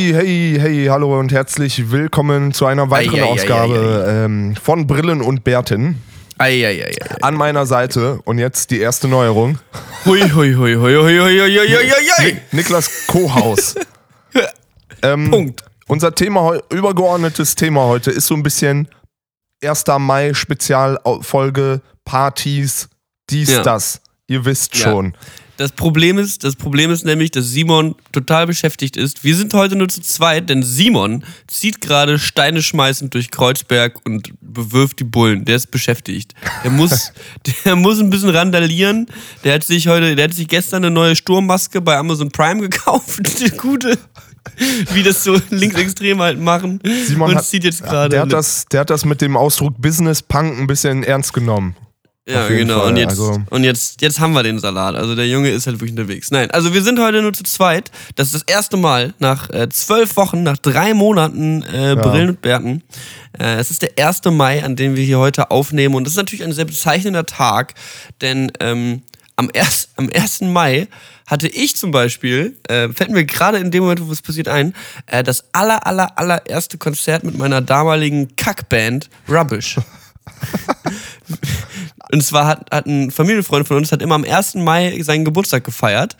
Hey, hallo und herzlich willkommen zu einer weiteren Ausgabe von Brillen und Bärten. An meiner Seite und jetzt die erste Neuerung. Niklas Kohaus. Punkt. Unser übergeordnetes Thema heute ist so ein bisschen 1. Mai Spezialfolge, Partys, das. Ihr wisst schon. Das Problem ist nämlich, dass Simon total beschäftigt ist. Wir sind heute nur zu zweit, denn Simon zieht gerade Steine schmeißend durch Kreuzberg und bewirft die Bullen. Der ist beschäftigt. Der muss ein bisschen randalieren. Der hat sich gestern eine neue Sturmmaske bei Amazon Prime gekauft. Eine gute. Wie das so Linksextreme halt machen. Simon zieht jetzt gerade. Der hat das mit dem Ausdruck Business Punk ein bisschen ernst genommen. Ja, genau. Fall. Und jetzt haben wir den Salat. Also der Junge ist halt wirklich unterwegs. Nein, also wir sind heute nur zu zweit. Das ist das erste Mal nach 12 Wochen, nach 3 Monaten Brillen und Bärten. Es ist der 1. Mai, an dem wir hier heute aufnehmen. Und das ist natürlich ein sehr bezeichnender Tag, denn am 1. Mai hatte ich zum Beispiel, fällt mir gerade in dem Moment, wo es passiert ein, das allererste Konzert mit meiner damaligen Kackband Rubbish. Und zwar hat ein Familienfreund von uns immer am 1. Mai seinen Geburtstag gefeiert.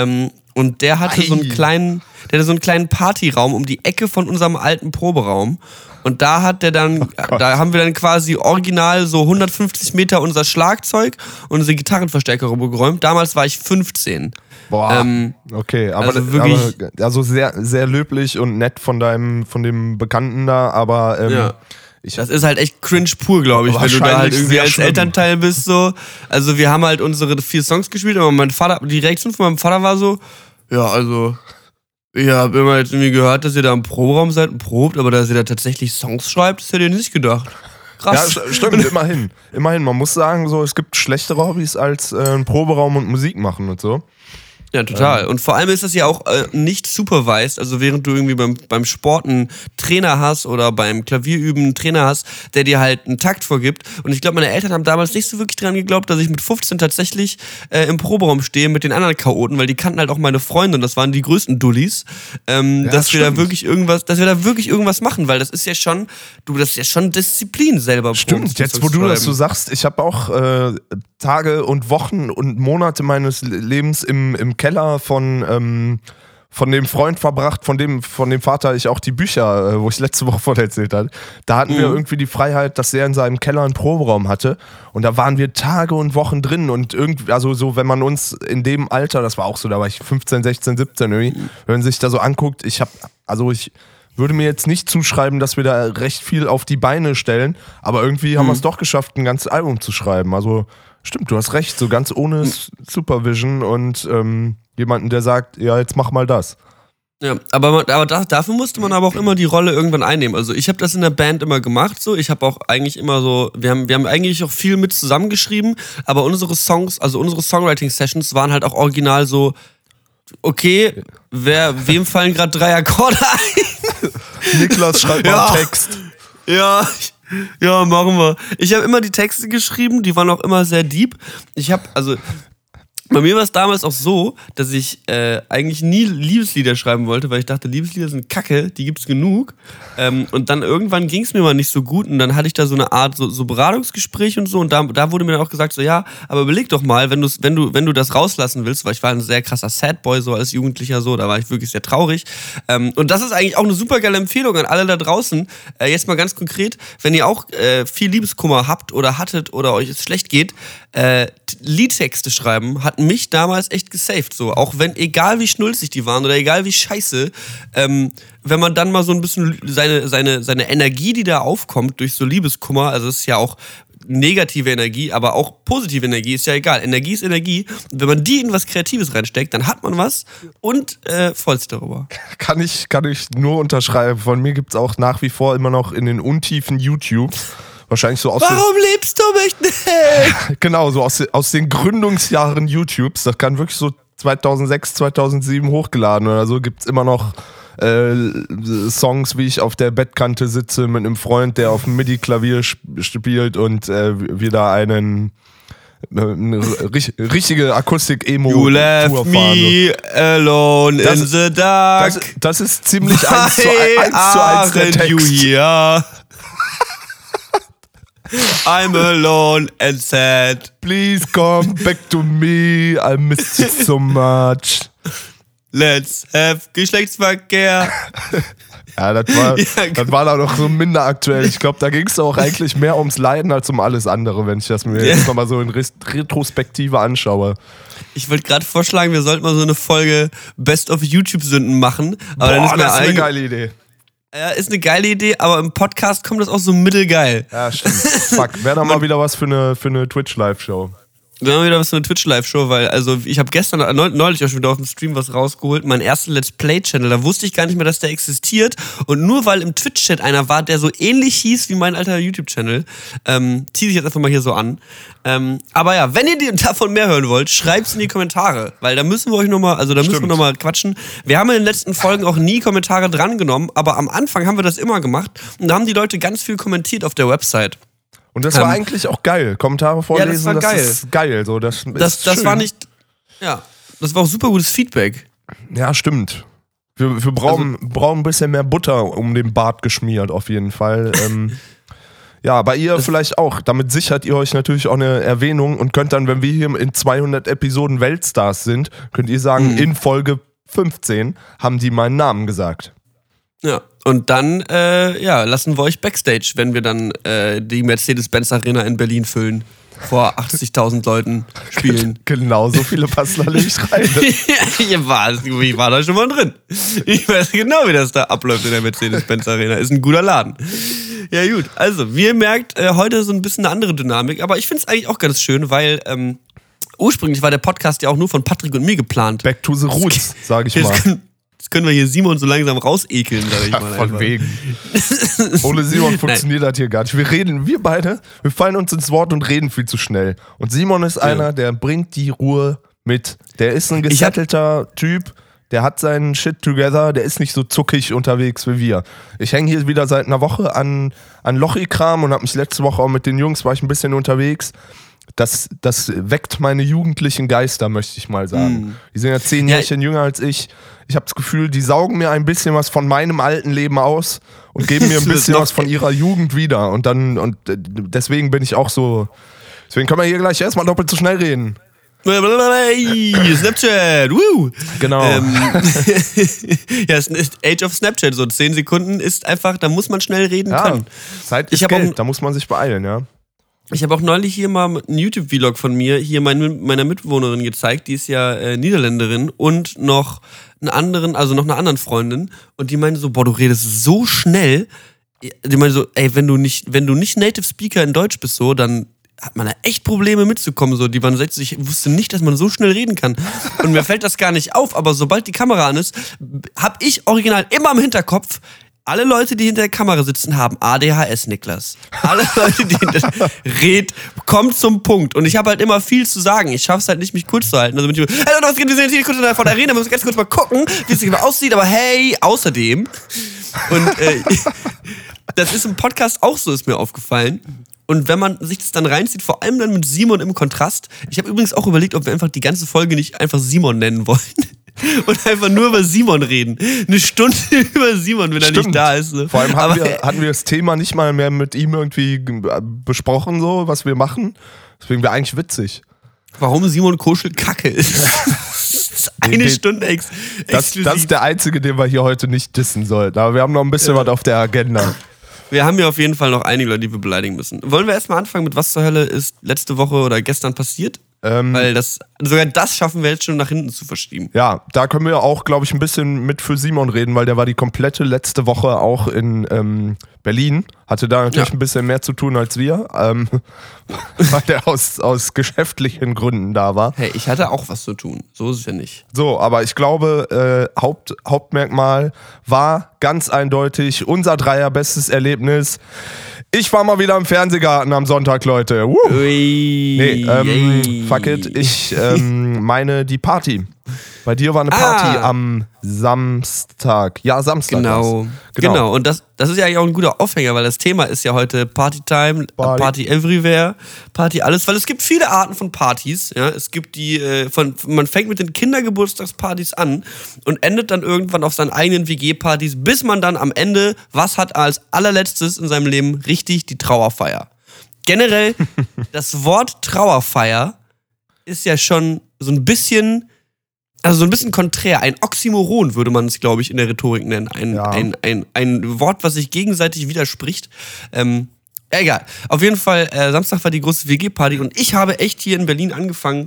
Und der hatte so einen kleinen Partyraum um die Ecke von unserem alten Proberaum. Und da haben wir dann quasi original so 150 Meter unser Schlagzeug und unsere Gitarrenverstärker rumgeräumt. Damals war ich 15. Boah, okay, also sehr, sehr löblich und nett von dem Bekannten da, aber ja. Das ist halt echt cringe pur, glaube ich, wenn du da halt irgendwie als Elternteil bist, so. Also wir haben halt unsere 4 Songs gespielt, aber die Reaktion von meinem Vater war so, ja, also, ich habe immer jetzt irgendwie gehört, dass ihr da im Proberaum seid und probt, aber dass ihr da tatsächlich Songs schreibt, das hätte ihr nicht gedacht. Krass. Ja, stimmt, immerhin. Man muss sagen, so, es gibt schlechtere Hobbys als ein Proberaum und Musik machen und so. Ja, total. Und vor allem ist das ja auch nicht supervised, also während du irgendwie beim Sport einen Trainer hast oder beim Klavierüben einen Trainer hast, der dir halt einen Takt vorgibt. Und ich glaube, meine Eltern haben damals nicht so wirklich dran geglaubt, dass ich mit 15 tatsächlich im Proberaum stehe mit den anderen Chaoten, weil die kannten halt auch meine Freunde und das waren die größten Dullis, dass wir da wirklich irgendwas machen, weil das ist ja schon Disziplin selber. Stimmt, jetzt wo du das so sagst, ich habe auch Tage und Wochen und Monate meines Lebens im Keller von dem Freund verbracht, von dem Vater ich auch die Bücher, wo ich letzte Woche von erzählt habe. Da hatten wir irgendwie die Freiheit, dass er in seinem Keller einen Proberaum hatte und da waren wir Tage und Wochen drin und irgendwie, also so, wenn man uns in dem Alter, das war auch so, da war ich 15, 16, 17 irgendwie, wenn man sich da so anguckt, ich würde mir jetzt nicht zuschreiben, dass wir da recht viel auf die Beine stellen, aber irgendwie haben wir es doch geschafft, ein ganzes Album zu schreiben. Also stimmt, du hast recht, so ganz ohne Supervision und jemanden, der sagt, ja, jetzt mach mal das. Ja, aber dafür musste man aber auch immer die Rolle irgendwann einnehmen. Also ich habe das in der Band immer gemacht, so. Ich habe auch eigentlich immer so, wir haben eigentlich auch viel mit zusammengeschrieben, aber unsere Songs, also unsere Songwriting-Sessions waren halt auch original so, okay, wem fallen gerade 3 Akkorde ein? Niklas, schreib mal einen Text. Ja, machen wir. Ich habe immer die Texte geschrieben, die waren auch immer sehr deep. Bei mir war es damals auch so, dass ich eigentlich nie Liebeslieder schreiben wollte, weil ich dachte, Liebeslieder sind Kacke, die gibt's genug. Und dann irgendwann ging es mir mal nicht so gut und dann hatte ich da so eine Art so Beratungsgespräch und so und da wurde mir dann auch gesagt, so ja, aber überleg doch mal, wenn du das rauslassen willst, weil ich war ein sehr krasser Sadboy so als Jugendlicher so, da war ich wirklich sehr traurig. Und das ist eigentlich auch eine super geile Empfehlung an alle da draußen. Jetzt mal ganz konkret, wenn ihr auch viel Liebeskummer habt oder hattet oder euch es schlecht geht, Liedtexte schreiben hat mich damals echt gesaved, so. Auch wenn, egal wie schnulzig die waren oder egal wie scheiße, wenn man dann mal so ein bisschen seine Energie, die da aufkommt durch so Liebeskummer, also es ist ja auch negative Energie, aber auch positive Energie, ist ja egal. Energie ist Energie. Und wenn man die in was Kreatives reinsteckt, dann hat man was und freut sich darüber. Kann ich nur unterschreiben. Von mir gibt es auch nach wie vor immer noch in den Untiefen YouTube wahrscheinlich so aus Warum liebst du mich nicht? Genau, so aus den Gründungsjahren YouTubes. Das kann wirklich so 2006, 2007 hochgeladen oder so. Gibt es immer noch Songs, wie ich auf der Bettkante sitze mit einem Freund, der auf dem MIDI-Klavier spielt und wir da einen eine richtige Akustik-Emo-Tour You left me alone in the dark. Das ist ziemlich 1:1 der Text. You here? I'm alone and sad. Please come back to me, I miss you so much. Let's have Geschlechtsverkehr. Ja, das war da noch so minder aktuell. Ich glaube, da ging es auch eigentlich mehr ums Leiden als um alles andere, wenn ich das mir jetzt nochmal so in Retrospektive anschaue. Ich wollte gerade vorschlagen, wir sollten mal so eine Folge Best of YouTube-Sünden machen. Aber dann ist das ist eine geile Idee. Ja, ist eine geile Idee, aber im Podcast kommt das auch so mittelgeil. Ja, stimmt. Fuck, wäre doch mal wieder was für eine Twitch-Live-Show. Wir haben wieder was für eine Twitch-Live-Show, weil ich habe gestern neulich auch schon wieder auf dem Stream was rausgeholt, meinen ersten Let's Play-Channel, da wusste ich gar nicht mehr, dass der existiert und nur weil im Twitch-Chat einer war, der so ähnlich hieß wie mein alter YouTube-Channel, ziehe ich jetzt einfach mal hier so an. Aber ja, wenn ihr davon mehr hören wollt, schreibt's in die Kommentare, weil da müssen wir euch nochmal, müssen wir nochmal quatschen. Wir haben in den letzten Folgen auch nie Kommentare drangenommen, aber am Anfang haben wir das immer gemacht und da haben die Leute ganz viel kommentiert auf der Website. Und das war eigentlich auch geil. Kommentare vorlesen, das war geil. Ist geil. So, das war nicht. Ja, das war auch super gutes Feedback. Ja, stimmt. Wir brauchen ein bisschen mehr Butter um den Bart geschmiert, auf jeden Fall. Ja, bei ihr vielleicht auch. Damit sichert ihr euch natürlich auch eine Erwähnung und könnt dann, wenn wir hier in 200 Episoden Weltstars sind, könnt ihr sagen, in Folge 15 haben die meinen Namen gesagt. Ja, und dann lassen wir euch Backstage, wenn wir dann die Mercedes-Benz Arena in Berlin füllen. Vor 80.000 Leuten spielen. Genau, so viele passen da nicht rein. Ich war da schon mal drin. Ich weiß genau, wie das da abläuft in der Mercedes-Benz Arena. Ist ein guter Laden. Ja gut, also wie ihr merkt, heute so ein bisschen eine andere Dynamik. Aber ich finde es eigentlich auch ganz schön, weil ursprünglich war der Podcast ja auch nur von Patrick und mir geplant. Back to the roots, sage ich mal. Jetzt können wir hier Simon so langsam rausekeln, sag ich mal. Von wegen. Ohne Simon funktioniert das hier gar nicht. Wir beide fallen uns ins Wort und reden viel zu schnell. Und Simon ist einer, der bringt die Ruhe mit. Der ist ein gesettelter Typ, der hat seinen Shit together, der ist nicht so zuckig unterwegs wie wir. Ich hänge hier wieder seit einer Woche an Lochi-Kram und habe mich letzte Woche auch mit den Jungs, war ich ein bisschen unterwegs. Das weckt meine jugendlichen Geister, möchte ich mal sagen. Die sind ja 10 Jährchen jünger als ich. Ich habe das Gefühl, die saugen mir ein bisschen was von meinem alten Leben aus und geben mir ein bisschen was von ihrer Jugend wieder. Und deswegen bin ich auch so. Deswegen können wir hier gleich erstmal doppelt so schnell reden. Snapchat, woo! Genau. Ja, es ist Age of Snapchat. So 10 Sekunden ist einfach, da muss man schnell reden können. Zeit ist Geld, da muss man sich beeilen, ja. Ich habe auch neulich hier mal einen YouTube-Vlog von mir, hier meiner Mitbewohnerin gezeigt, die ist ja Niederländerin und noch eine anderen Freundin und die meinte so, boah, du redest so schnell. Die meinte so, ey, wenn du nicht Native Speaker in Deutsch bist, so, dann hat man da echt Probleme mitzukommen. So. Die waren so, ich wusste nicht, dass man so schnell reden kann. Und mir fällt das gar nicht auf, aber sobald die Kamera an ist, habe ich original immer im Hinterkopf, alle Leute, die hinter der Kamera sitzen, haben ADHS, Niklas. Alle Leute, die kommt zum Punkt. Und ich habe halt immer viel zu sagen. Ich schaffe es halt nicht, mich kurz zu halten. Also bin ich so, hey Leute, was geht? Wir sind hier kurz von der Arena. Wir müssen ganz kurz mal gucken, wie es sich aussieht. Aber hey, außerdem. Und das ist im Podcast auch so, ist mir aufgefallen. Und wenn man sich das dann reinzieht, vor allem dann mit Simon im Kontrast. Ich habe übrigens auch überlegt, ob wir einfach die ganze Folge nicht einfach Simon nennen wollen. Und einfach nur über Simon reden. Eine Stunde über Simon, wenn er nicht da ist. So. Vor allem hatten wir das Thema nicht mal mehr mit ihm irgendwie besprochen, so, was wir machen. Deswegen wäre eigentlich witzig. Warum Simon Koschel Kacke ist. Eine Stunde exklusiv. Das ist der einzige, den wir hier heute nicht dissen sollten. Aber wir haben noch ein bisschen was auf der Agenda. Wir haben hier auf jeden Fall noch einige Leute, die wir beleidigen müssen. Wollen wir erstmal anfangen mit was zur Hölle ist letzte Woche oder gestern passiert? Weil sogar das schaffen wir jetzt schon nach hinten zu verschieben. Ja, da können wir auch, glaube ich, ein bisschen mit für Simon reden, weil der war die komplette letzte Woche auch in Berlin. Hatte da natürlich ein bisschen mehr zu tun als wir, weil der aus geschäftlichen Gründen da war. Hey, ich hatte auch was zu tun, so ist es ja nicht. So, aber ich glaube, Hauptmerkmal war ganz eindeutig unser bestes Erlebnis. Ich war mal wieder im Fernsehgarten am Sonntag, Leute. Ui, fuck it. Ich meine die Party. Bei dir war eine Party am Samstag. Ja, Samstag. Genau. Und das ist ja eigentlich auch ein guter Aufhänger, weil das Thema ist ja heute Partytime, Party everywhere, Party alles, weil es gibt viele Arten von Partys. Ja? Es gibt man fängt mit den Kindergeburtstagspartys an und endet dann irgendwann auf seinen eigenen WG-Partys, bis man dann am Ende was hat als allerletztes in seinem Leben richtig die Trauerfeier. Generell, das Wort Trauerfeier ist ja schon so ein bisschen konträr. Ein Oxymoron würde man es, glaube ich, in der Rhetorik nennen. Ein Wort, was sich gegenseitig widerspricht. Egal. Auf jeden Fall, Samstag war die große WG-Party und ich habe echt hier in Berlin angefangen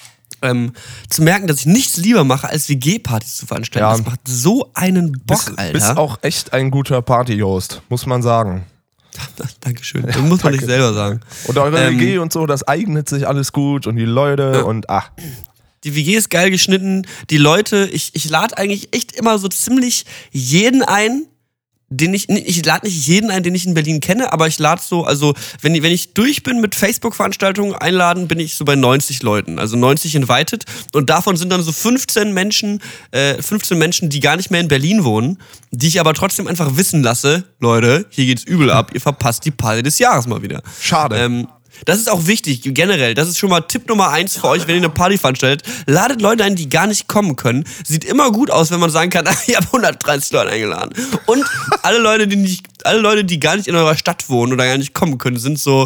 zu merken, dass ich nichts lieber mache, als WG-Partys zu veranstalten. Ja. Das macht so einen Bock, Alter. Bist auch echt ein guter Party-Host, muss man sagen. Dankeschön. Das muss man nicht selber sagen. Und eure WG und so, das eignet sich alles gut und die Leute und Die WG ist geil geschnitten. Die Leute, ich lade eigentlich echt immer so ziemlich jeden ein, ich lade nicht jeden ein, den ich in Berlin kenne, aber ich lade so, also wenn ich durch bin mit Facebook-Veranstaltungen einladen, bin ich so bei 90 Leuten, also 90 invited und davon sind dann so 15 Menschen, die gar nicht mehr in Berlin wohnen, die ich aber trotzdem einfach wissen lasse, Leute, hier geht's übel ab, ihr verpasst die Party des Jahres mal wieder. Schade. Das ist auch wichtig, generell. Das ist schon mal Tipp Nummer 1 für euch, wenn ihr eine Party veranstaltet. Ladet Leute ein, die gar nicht kommen können. Sieht immer gut aus, wenn man sagen kann, ich habe 130 Leute eingeladen. Und alle Leute, die gar nicht in eurer Stadt wohnen oder gar nicht kommen können, sind so,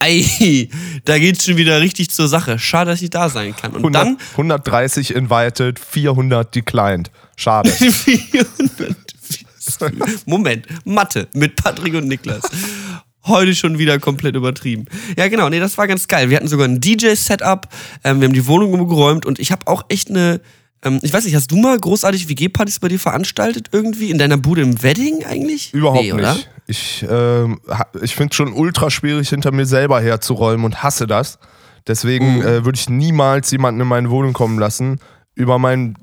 da geht's schon wieder richtig zur Sache. Schade, dass ich da sein kann. Und 130 invited, 400 declined. Schade. 400. Moment, Mathe mit Patrick und Niklas. Heute schon wieder komplett übertrieben. Ja, genau, nee, das war ganz geil. Wir hatten sogar ein DJ-Setup, wir haben die Wohnung umgeräumt und ich habe auch echt ich weiß nicht, hast du mal großartig WG-Partys bei dir veranstaltet irgendwie? In deiner Bude im Wedding eigentlich? Überhaupt nicht. Oder? Ich finde es schon ultra schwierig, hinter mir selber herzuräumen und hasse das. Deswegen würde ich niemals jemanden in meine Wohnung kommen lassen, über in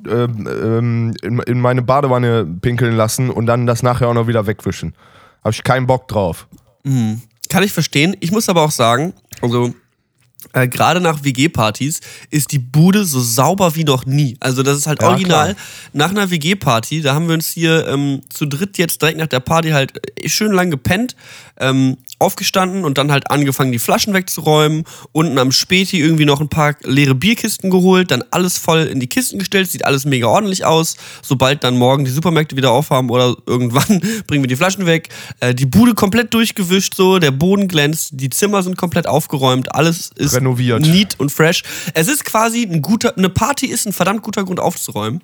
meine Badewanne pinkeln lassen und dann das nachher auch noch wieder wegwischen. Habe ich keinen Bock drauf. Kann ich verstehen. Ich muss aber auch sagen, also gerade nach WG-Partys ist die Bude so sauber wie noch nie. Also das ist halt original. Klar. Nach einer WG-Party, da haben wir uns hier zu dritt jetzt direkt nach der Party halt schön lang gepennt, aufgestanden und dann halt angefangen, die Flaschen wegzuräumen. Unten am Späti irgendwie noch ein paar leere Bierkisten geholt, dann alles voll in die Kisten gestellt, sieht alles mega ordentlich aus. Sobald dann morgen die Supermärkte wieder aufhaben oder irgendwann bringen wir die Flaschen weg. Die Bude komplett durchgewischt, so, der Boden glänzt, die Zimmer sind komplett aufgeräumt, alles ist renoviert, neat und fresh. Es ist quasi eine Party ist ein verdammt guter Grund aufzuräumen.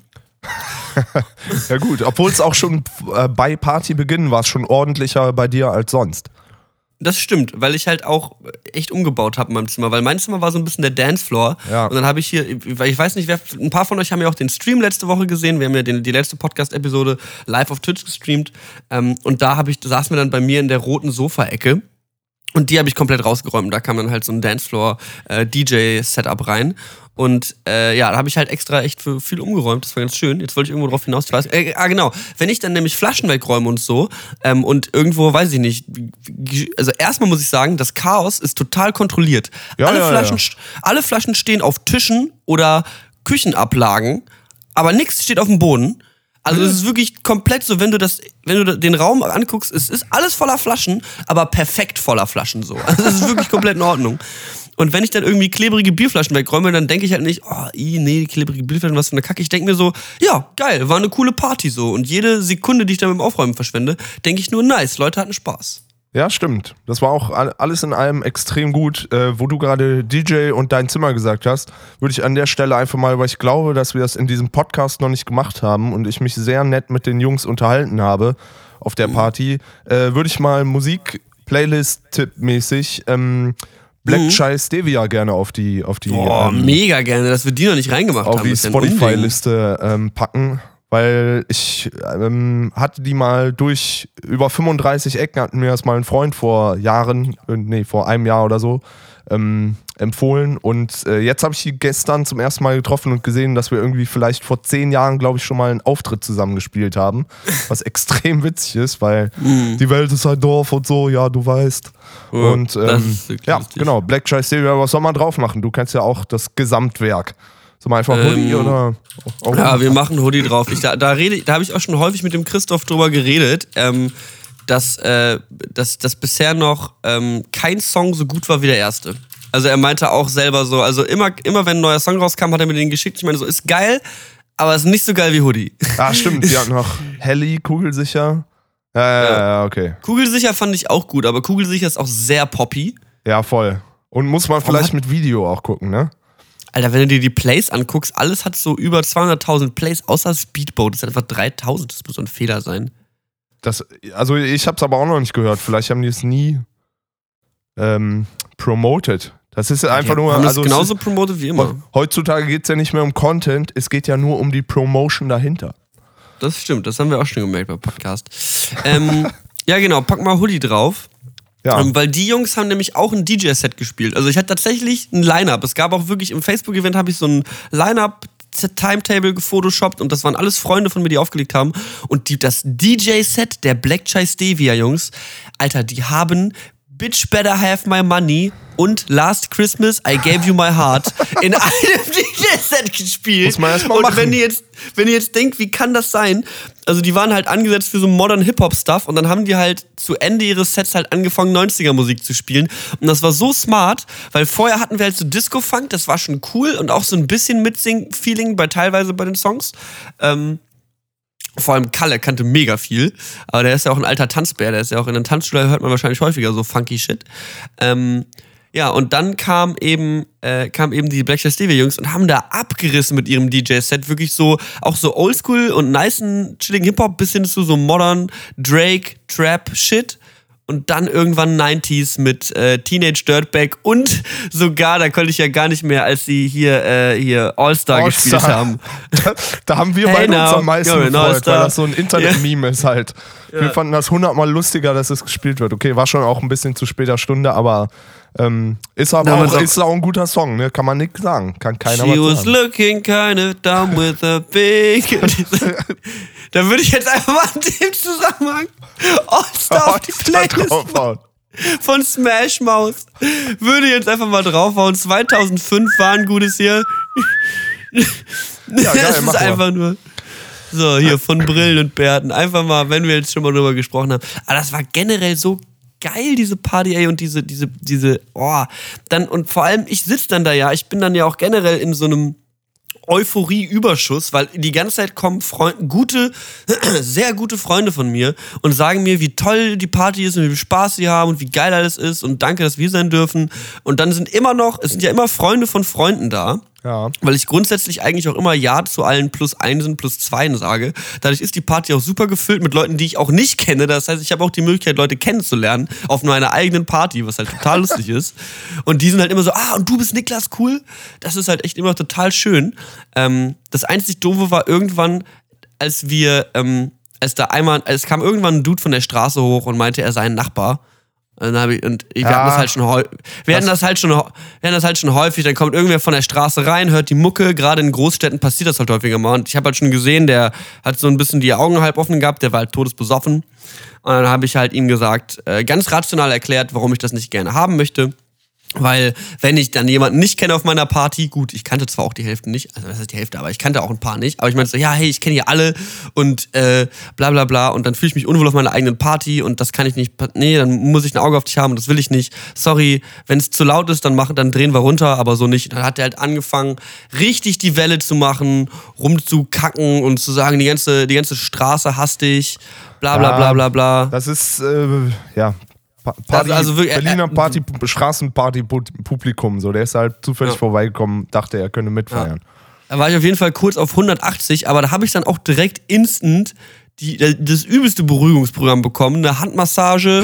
Ja gut, obwohl es auch schon bei Partybeginn war es schon ordentlicher bei dir als sonst. Das stimmt, weil ich halt auch echt umgebaut habe in meinem Zimmer, weil mein Zimmer war so ein bisschen der Dancefloor. Ja. Und dann habe ich hier, weil ich weiß nicht, ein paar von euch haben ja auch den Stream letzte Woche gesehen. Wir haben ja die letzte Podcast-Episode live auf Twitch gestreamt. Und da saßen wir dann bei mir in der roten Sofa-Ecke. Und die habe ich komplett rausgeräumt. Da kam dann halt so ein Dancefloor-DJ-Setup rein. Und da habe ich halt extra echt für viel umgeräumt. Das war ganz schön. Jetzt wollte ich irgendwo drauf hinaus. Genau. Wenn ich dann nämlich Flaschen wegräume und so und irgendwo, weiß ich nicht. Also erstmal muss ich sagen, das Chaos ist total kontrolliert. Ja, alle Flaschen stehen auf Tischen oder Küchenablagen, aber nichts steht auf dem Boden. Also es ist wirklich komplett so, wenn du den Raum anguckst, es ist alles voller Flaschen, aber perfekt voller Flaschen so. Also es ist wirklich komplett in Ordnung. Und wenn ich dann irgendwie klebrige Bierflaschen wegräume, dann denke ich halt nicht, nee, klebrige Bierflaschen, was für eine Kacke. Ich denke mir so, ja, geil, war eine coole Party so. Und jede Sekunde, die ich dann mit dem Aufräumen verschwende, denke ich nur, nice, Leute hatten Spaß. Ja, stimmt. Das war auch alles in allem extrem gut. Wo du gerade DJ und dein Zimmer gesagt hast, würde ich an der Stelle einfach mal, weil ich glaube, dass wir das in diesem Podcast noch nicht gemacht haben und ich mich sehr nett mit den Jungs unterhalten habe auf der Party, würde ich mal Musik-Playlist-Tipp-mäßig Black Chai Stevia gerne auf die mega gerne, dass wir die noch nicht reingemacht haben. Auf die Spotify-Liste packen. Weil ich hatte die mal durch über 35 Ecken, hatten mir das mal ein Freund vor einem Jahr oder so empfohlen. Und jetzt habe ich die gestern zum ersten Mal getroffen und gesehen, dass wir irgendwie vielleicht vor 10 Jahren, glaube ich, schon mal einen Auftritt zusammen gespielt haben. Was extrem witzig ist, weil die Welt ist ein Dorf und so, ja, du weißt. Und ja, genau, Black Chai Stevia, was soll man drauf machen? Du kennst ja auch das Gesamtwerk. So mal einfach Hoodie oder? Ja, wir machen Hoodie drauf. Da habe ich auch schon häufig mit dem Christoph drüber geredet, dass bisher noch kein Song so gut war wie der erste. Also er meinte auch selber so, also immer wenn ein neuer Song rauskam, hat er mir den geschickt. Ich meine, so ist geil, aber ist nicht so geil wie Hoodie. Ah, stimmt, die hatten noch Helly, Kugelsicher. Ja, okay. Kugelsicher fand ich auch gut, aber Kugelsicher ist auch sehr poppy. Ja, voll. Und muss man vielleicht mit Video auch gucken, ne? Alter, wenn du dir die Plays anguckst, alles hat so über 200.000 Plays, außer Speedboat. Das sind einfach 3.000, das muss so ein Fehler sein. Also ich hab's aber auch noch nicht gehört. Vielleicht haben die es nie promoted. Das ist einfach nur... Haben also das genauso promoted wie immer. Heutzutage geht's ja nicht mehr um Content, es geht ja nur um die Promotion dahinter. Das stimmt, das haben wir auch schon gemerkt beim Podcast. Ja genau, pack mal Hoodie drauf. Ja. Weil die Jungs haben nämlich auch ein DJ-Set gespielt. Also ich hatte tatsächlich ein Line-Up. Es gab auch wirklich im Facebook-Event habe ich so ein Line-Up-Timetable gefotoshoppt und das waren alles Freunde von mir, die aufgelegt haben. Und das DJ-Set der Black Chai Stevia Jungs, Alter, die haben Bitch Better Have My Money und Last Christmas I Gave You My Heart in einem DJ-Set gespielt. Muss man erst mal machen. Und wenn ihr jetzt denkt, wie kann das sein? Also die waren halt angesetzt für so modern Hip-Hop-Stuff und dann haben die halt zu Ende ihres Sets halt angefangen, 90er-Musik zu spielen. Und das war so smart, weil vorher hatten wir halt so Disco-Funk, das war schon cool und auch so ein bisschen Mitsing-Feeling teilweise bei den Songs. Vor allem Kalle kannte mega viel, aber der ist ja auch ein alter Tanzbär, der ist ja auch in der Tanzschule, hört man wahrscheinlich häufiger so funky Shit. Ja, und dann kam eben die Black Chai Stevia Jungs und haben da abgerissen mit ihrem DJ-Set, wirklich so, auch so oldschool und nicen, chilligen Hip-Hop bis hin zu so modern Drake, Trap Shit. Und dann irgendwann 90s mit Teenage Dirtbag und sogar, da konnte ich ja gar nicht mehr, als sie hier All-Star gespielt haben. Da haben wir beide uns am meisten gefreut, weil das so ein Internet-Meme ist halt. Ja. Wir fanden das 100-mal lustiger, dass es gespielt wird. Okay, war schon auch ein bisschen zu später Stunde, aber ist auch ein guter Song, ne? Kann man nichts sagen. Kann keiner was sagen. She was looking kinda dumb with a big... Da würde ich jetzt einfach mal in dem Zusammenhang All-Star auf die Playlist von Smash Mouth. Würde jetzt einfach mal draufhauen. 2005 war ein gutes Jahr. Ja, geil, das ist einfach nur... So, hier, von Brillen und Bärten. Einfach mal, wenn wir jetzt schon mal drüber gesprochen haben. Aber das war generell so geil, diese Party, ey, und diese, dann, und vor allem, ich sitze dann da ja, ich bin dann ja auch generell in so einem Euphorie-Überschuss, weil die ganze Zeit kommen sehr gute Freunde von mir und sagen mir, wie toll die Party ist und wie viel Spaß sie haben und wie geil alles ist und danke, dass wir sein dürfen. Und dann es sind ja immer Freunde von Freunden da. Ja. Weil ich grundsätzlich eigentlich auch immer Ja zu allen +1 +2 sage. Dadurch ist die Party auch super gefüllt mit Leuten, die ich auch nicht kenne. Das heißt, ich habe auch die Möglichkeit, Leute kennenzulernen auf meiner eigenen Party, was halt total lustig ist. Und die sind halt immer so, und du bist Niklas, cool. Das ist halt echt immer total schön. Das einzig Doofe war irgendwann, es kam irgendwann ein Dude von der Straße hoch und meinte, er sei ein Nachbar. Wir hatten das halt schon häufig, dann kommt irgendwer von der Straße rein, hört die Mucke, gerade in Großstädten passiert das halt häufiger mal. Und ich habe halt schon gesehen, der hat so ein bisschen die Augen halb offen gehabt, der war halt todesbesoffen. Und dann habe ich halt ihm gesagt, ganz rational erklärt, warum ich das nicht gerne haben möchte. Weil, wenn ich dann jemanden nicht kenne auf meiner Party, gut, ich kannte zwar auch die Hälfte nicht, also das ist die Hälfte, aber ich kannte auch ein paar nicht, aber ich meinte so, ja, hey, ich kenne hier alle und bla bla bla und dann fühle ich mich unwohl auf meiner eigenen Party und das kann ich nicht, nee, dann muss ich ein Auge auf dich haben und das will ich nicht, sorry, wenn es zu laut ist, dann drehen wir runter, aber so nicht. Dann hat er halt angefangen, richtig die Welle zu machen, rumzukacken und zu sagen, die ganze Straße hasst dich, bla bla bla bla bla. Das ist, Berliner Straßenparty-Publikum, so, der ist halt zufällig vorbeigekommen, dachte, er könne mitfeiern. Ja. Da war ich auf jeden Fall kurz auf 180, aber da habe ich dann auch direkt instant das übelste Beruhigungsprogramm bekommen. Eine Handmassage,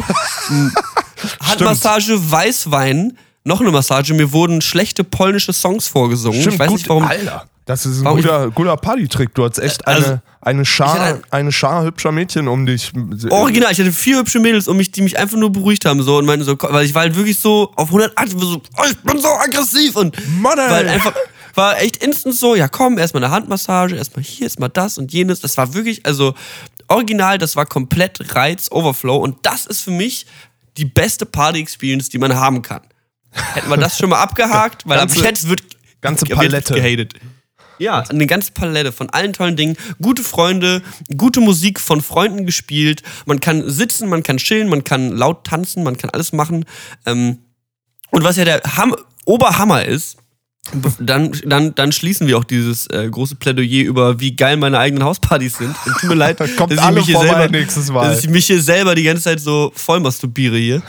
Weißwein, noch eine Massage. Mir wurden schlechte polnische Songs vorgesungen. Stimmt, ich weiß nicht, warum. Alter. Das ist ein guter Partytrick. Du hattest echt eine Schar hübscher Mädchen um dich. Original, ich hatte 4 hübsche Mädels um mich, die mich einfach nur beruhigt haben. So, und meinten so, weil ich war halt wirklich so auf 180, so, ich bin so aggressiv. Und war echt instant so, ja komm, erstmal eine Handmassage, erstmal hier, erstmal das und jenes. Das war wirklich, also original, das war komplett Reiz-Overflow. Und das ist für mich die beste Party-Experience, die man haben kann. Hätten wir das schon mal abgehakt, weil ab jetzt wird ganze Palette. Gehatet. Ja, eine ganze Palette von allen tollen Dingen. Gute Freunde, gute Musik von Freunden gespielt. Man kann sitzen, man kann chillen, man kann laut tanzen, man kann alles machen. Und was ja der Oberhammer ist, dann schließen wir auch dieses große Plädoyer über, wie geil meine eigenen Hauspartys sind. Und tut mir leid, dass ich mich hier selber die ganze Zeit so voll masturbiere hier.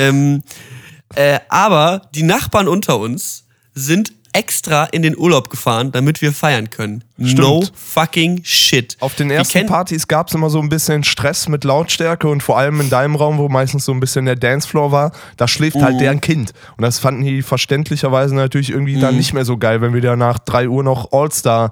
Aber die Nachbarn unter uns sind extra in den Urlaub gefahren, damit wir feiern können. Stimmt. No fucking shit. Auf den ersten Partys gab es immer so ein bisschen Stress mit Lautstärke und vor allem in deinem Raum, wo meistens so ein bisschen der Dancefloor war, da schläft halt deren Kind. Und das fanden die verständlicherweise natürlich irgendwie dann nicht mehr so geil, wenn wir da nach 3 Uhr noch All-Star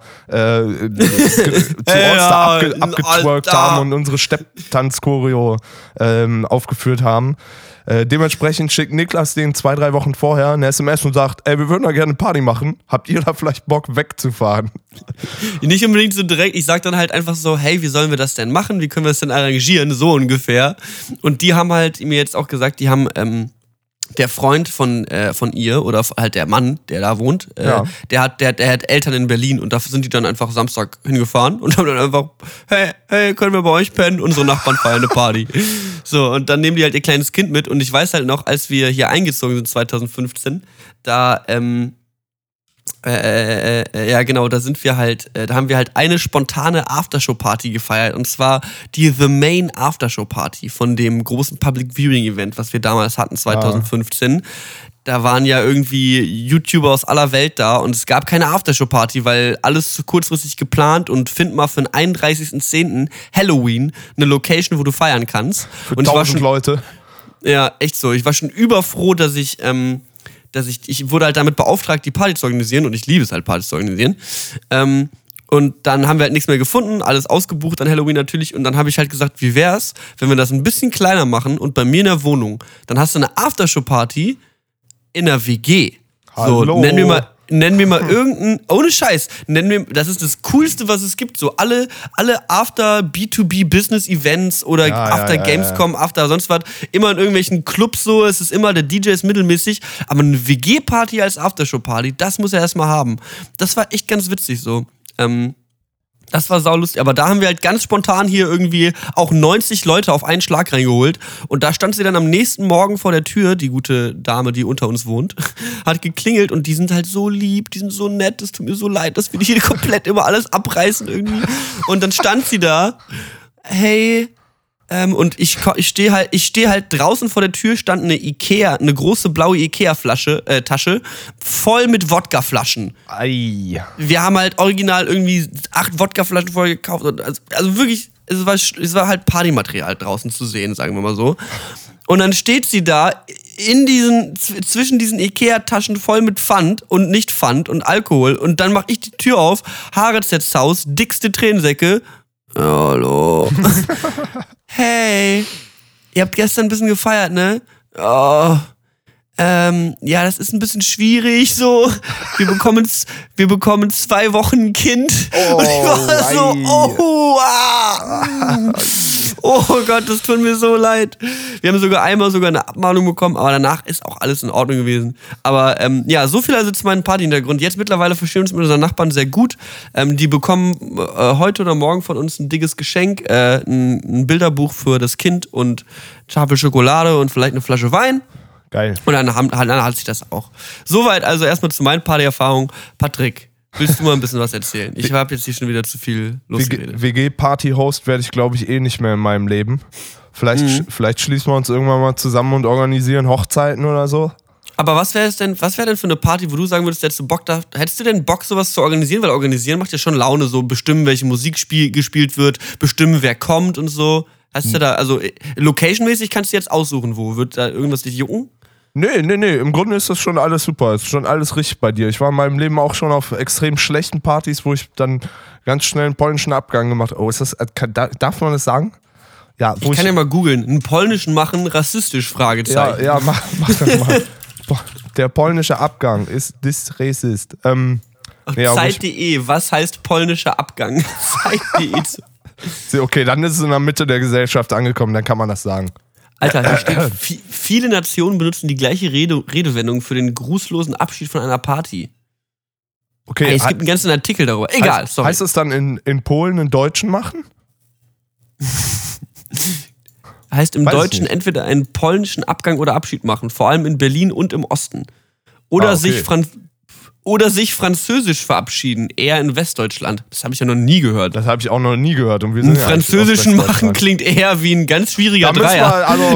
abgetwerkt haben und unsere Stepptanz-Choreo aufgeführt haben. Dementsprechend schickt Niklas den 2-3 Wochen vorher eine SMS und sagt, ey, wir würden da gerne eine Party machen. Habt ihr da vielleicht Bock wegzufahren? Nicht unbedingt so direkt, ich sag dann halt einfach so, hey, wie sollen wir das denn machen? Wie können wir das denn arrangieren? So ungefähr. Und die haben halt mir jetzt auch gesagt, die haben der Freund von ihr oder halt der Mann, der da wohnt, der hat Eltern in Berlin und dafür sind die dann einfach Samstag hingefahren und haben dann einfach, hey, können wir bei euch pennen? Unsere Nachbarn feiern eine Party. So, und dann nehmen die halt ihr kleines Kind mit und ich weiß halt noch, als wir hier eingezogen sind 2015, da da sind wir halt, da haben wir halt eine spontane Aftershow-Party gefeiert und zwar die The Main Aftershow-Party von dem großen Public Viewing-Event, was wir damals hatten, 2015. Da waren ja irgendwie YouTuber aus aller Welt da und es gab keine Aftershow-Party, weil alles zu kurzfristig geplant und find mal für den 31.10. Halloween eine Location, wo du feiern kannst. Für und 1000 Leute. Ja, echt so. Ich war schon überfroh, dass ich wurde halt damit beauftragt, die Party zu organisieren und ich liebe es halt, Partys zu organisieren. Und dann haben wir halt nichts mehr gefunden, alles ausgebucht an Halloween natürlich und dann habe ich halt gesagt, wie wär's, wenn wir das ein bisschen kleiner machen und bei mir in der Wohnung, dann hast du eine Aftershow-Party in der WG. Hallo. So, nenn mir mal irgendeinen, ohne Scheiß, das ist das Coolste, was es gibt. So alle After B2B Business Events oder After Gamescom, After sonst was, immer in irgendwelchen Clubs so, es ist immer, der DJ ist mittelmäßig, aber eine WG-Party als Aftershow-Party, das muss er erstmal haben. Das war echt ganz witzig so. Das war saulustig, aber da haben wir halt ganz spontan hier irgendwie auch 90 Leute auf einen Schlag reingeholt und da stand sie dann am nächsten Morgen vor der Tür, die gute Dame, die unter uns wohnt, hat geklingelt und die sind halt so lieb, die sind so nett, es tut mir so leid, dass wir hier komplett immer alles abreißen irgendwie und dann stand sie da, hey, und ich stehe halt draußen vor der Tür, stand eine große blaue Tasche, voll mit Wodkaflaschen. Ei. Wir haben halt original irgendwie 8 Wodkaflaschen vorher gekauft. Also wirklich, es war halt Partymaterial draußen zu sehen, sagen wir mal so. Und dann steht sie da zwischen diesen Ikea-Taschen voll mit Pfand und nicht Pfand und Alkohol. Und dann mach ich die Tür auf, Haaretz Haus, dickste Tränensäcke. Hallo. Hey, ihr habt gestern ein bisschen gefeiert, ne? Oh, ja, das ist ein bisschen schwierig so. Wir bekommen 2 Wochen ein Kind. Oh, und ich war so, oh Gott, das tut mir so leid. Wir haben einmal eine Abmahnung bekommen, aber danach ist auch alles in Ordnung gewesen. Aber so viel also zu meinem Partyhintergrund. Jetzt mittlerweile verstehen wir uns mit unseren Nachbarn sehr gut. Die bekommen heute oder morgen von uns ein dickes Geschenk, ein Bilderbuch für das Kind und Tafel Schokolade und vielleicht eine Flasche Wein. Geil. Und dann hat sich das auch. Soweit also erstmal zu meinen Partyerfahrungen. Patrick, willst du mal ein bisschen was erzählen? Ich habe jetzt hier schon wieder zu viel losgeredet. WG-Party-Host werde ich, glaube ich, nicht mehr in meinem Leben. Vielleicht schließen wir uns irgendwann mal zusammen und organisieren Hochzeiten oder so. Aber was wäre denn für eine Party, wo du sagen würdest, hättest du denn Bock, sowas zu organisieren? Weil organisieren macht ja schon Laune, so bestimmen, welche Musik gespielt wird, bestimmen, wer kommt und so. Hast du da, also location-mäßig kannst du jetzt aussuchen, wo? Wird da irgendwas dich jucken? Nee. Im Grunde ist das schon alles super. Ist schon alles richtig bei dir. Ich war in meinem Leben auch schon auf extrem schlechten Partys, wo ich dann ganz schnell einen polnischen Abgang gemacht habe. Oh, ist das, darf man das sagen? Ja, ich kann ja mal googeln. Einen polnischen machen, rassistisch, Fragezeichen. Ja, mach das mal. Der polnische Abgang ist Rassist. Zeit.de, was heißt polnischer Abgang? Zeit.de. Okay, dann ist es in der Mitte der Gesellschaft angekommen, dann kann man das sagen. Alter, hier steht, viele Nationen benutzen die gleiche Redewendung für den grußlosen Abschied von einer Party. Okay, Ey, es gibt einen ganzen Artikel darüber. Egal, sorry. Heißt es dann in Polen einen Deutschen machen? Heißt im Weiß ich Deutschen nicht. entweder einen polnischen Abgang oder Abschied machen, vor allem in Berlin und im Osten. Oder, sich französisch verabschieden, eher in Westdeutschland. Das habe ich ja noch nie gehört. Das habe ich auch noch nie gehört. Und wir Einen sind ja französischen eigentlich aus machen Westdeutschland. klingt eher wie ein ganz schwieriger Da müssen Dreier. wir, also,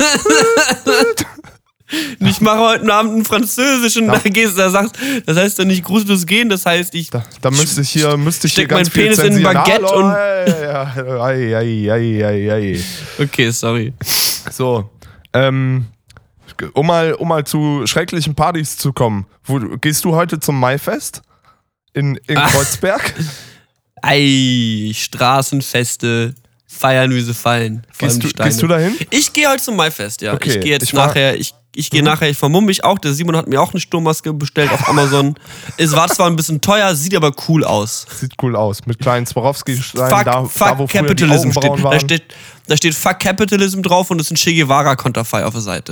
Ich mache heute Abend einen französischen, das heißt doch nicht grußlos gehen, das heißt da müsste ich hier steck ganz meinen viel Penis in ein zensieren. Baguette Hallo, und- ei. Okay, sorry. So, um mal zu schrecklichen Partys zu kommen. Gehst du heute zum Maifest in Kreuzberg? Ei, Straßenfeste, feiern wie sie fallen. Vor allem die Steine. Gehst du dahin? Ich gehe heute zum Maifest, ja. Okay, Ich gehe jetzt ich war- nachher, ich gehe nachher, ich vermumme mich auch. Der Simon hat mir auch eine Sturmmaske bestellt auf Amazon. Es war zwar ein bisschen teuer, sieht aber cool aus. Sieht cool aus. Mit kleinen Swarovski-Steinen, Fuck, da wo früher die Capitalism Augenbrauen steht. waren. Da steht Fuck Capitalism drauf und es ist ein Che Guevara-Konterfei auf der Seite.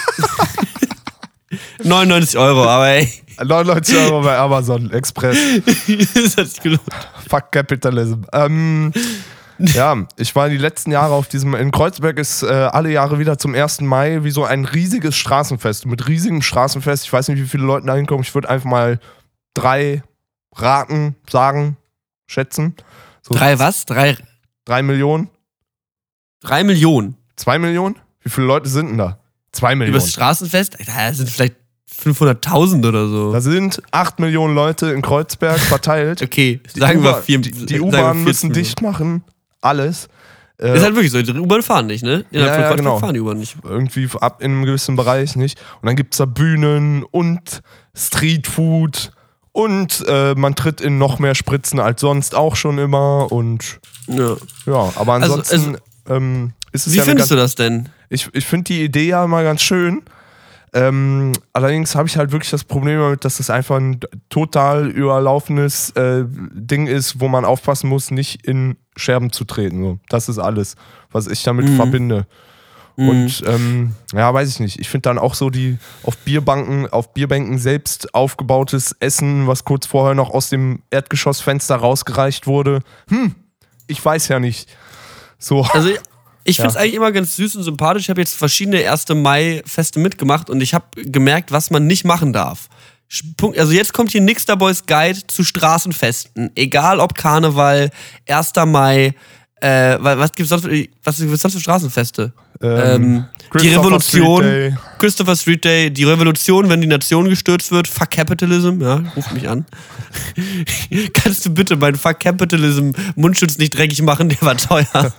99 €, aber ey. 99 € bei Amazon Express. Das hat sich gelohnt. Fuck Capitalism. Ja, ich war die letzten Jahre in Kreuzberg ist alle Jahre wieder zum 1. Mai wie so ein riesiges Straßenfest. Mit riesigem Straßenfest, ich weiß nicht, wie viele Leute da hinkommen, ich würde einfach mal 3 raten, sagen, schätzen. So 3 was? 3 Millionen? 3 Millionen. 2 Millionen? Wie viele Leute sind denn da? 2 Über Millionen. das Straßenfest? Da sind vielleicht 500.000 oder so. Da sind 8 Millionen Leute in Kreuzberg verteilt. Okay, sagen wir 4. Die U-Bahn müssen dicht machen. Alles. Ist halt wirklich so, die U-Bahn fahren nicht, ne? Innerhalb von Kreuzberg genau. fahren die U-Bahn nicht. Irgendwie ab in einem gewissen Bereich nicht. Und dann gibt es da Bühnen und Streetfood und man tritt in noch mehr Spritzen als sonst auch schon immer. Und Ja. ja, aber ansonsten ist es Wie ja findest du das denn? Ich finde die Idee ja mal ganz schön. Allerdings habe ich halt wirklich das Problem damit, dass das einfach ein total überlaufenes Ding ist, wo man aufpassen muss, nicht in Scherben zu treten. So. Das ist alles, was ich damit verbinde. Und ja, weiß ich nicht. Ich finde dann auch so die auf Bierbänken selbst aufgebautes Essen, was kurz vorher noch aus dem Erdgeschossfenster rausgereicht wurde. Ich weiß ja nicht. So. Also ich finde es eigentlich immer ganz süß und sympathisch. Ich habe jetzt verschiedene 1. Mai-Feste mitgemacht und ich habe gemerkt, was man nicht machen darf. Also jetzt kommt hier Nixter Boys Guide zu Straßenfesten. Egal ob Karneval, 1. Mai, was gibt's sonst für Straßenfeste? Die Revolution, Christopher Street Day, die Revolution, wenn die Nation gestürzt wird, Fuck Capitalism, ja, ruft mich an. Kannst du bitte meinen Fuck Capitalism Mundschutz nicht dreckig machen, der war teuer.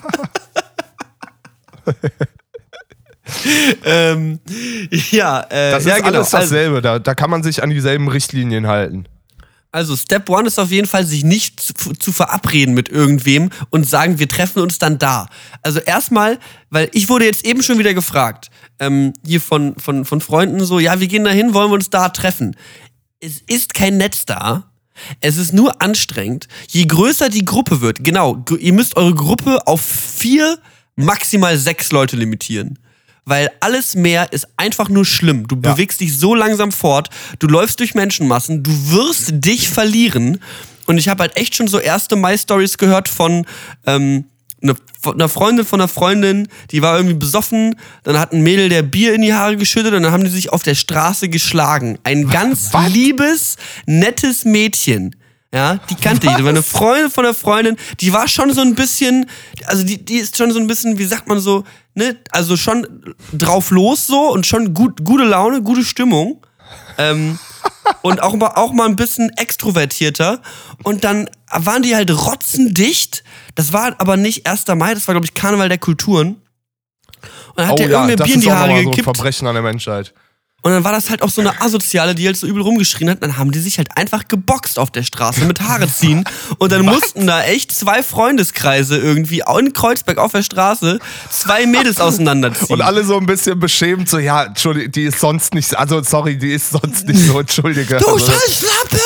Das ist alles dasselbe, da kann man sich an dieselben Richtlinien halten. Also Step 1 ist auf jeden Fall, sich nicht zu verabreden mit irgendwem und sagen, wir treffen uns dann da. Also erstmal, weil ich wurde jetzt eben schon wieder gefragt, hier von Freunden so, ja, wir gehen da hin, wollen wir uns da treffen. Es ist kein Netz da. Es ist nur anstrengend. Je größer die Gruppe wird, genau, ihr müsst eure Gruppe auf 4, maximal 6 Leute limitieren. Weil alles mehr ist einfach nur schlimm. Du bewegst dich so langsam fort, du läufst durch Menschenmassen, du wirst dich verlieren. Und ich habe halt echt schon so 1. Mai-Stories gehört von einer Freundin von einer Freundin, die war irgendwie besoffen, dann hat ein Mädel der Bier in die Haare geschüttet und dann haben die sich auf der Straße geschlagen. Ein ganz liebes, nettes Mädchen. Ja, die kannte ich. Das war eine Freundin von der Freundin, die war schon so ein bisschen, also die ist schon so ein bisschen, wie sagt man so, ne, also schon drauf los so und schon gute Laune, gute Stimmung. Und auch mal ein bisschen extrovertierter. Und dann waren die halt rotzendicht. Das war aber nicht 1. Mai, das war, glaube ich, Karneval der Kulturen. Und dann hat der irgendein Bier in die Haare gekippt. So ein Verbrechen an der Menschheit. Und dann war das halt auch so eine Asoziale, die halt so übel rumgeschrien hat. Dann haben die sich halt einfach geboxt auf der Straße mit Haare ziehen. Und dann mussten da echt 2 Freundeskreise irgendwie in Kreuzberg auf der Straße 2 Mädels auseinanderziehen. Und alle so ein bisschen beschämt, so, ja, Entschuldigung, die ist sonst nicht, also sorry, die ist sonst nicht so, Entschuldige. Du also, Scheißschlappe!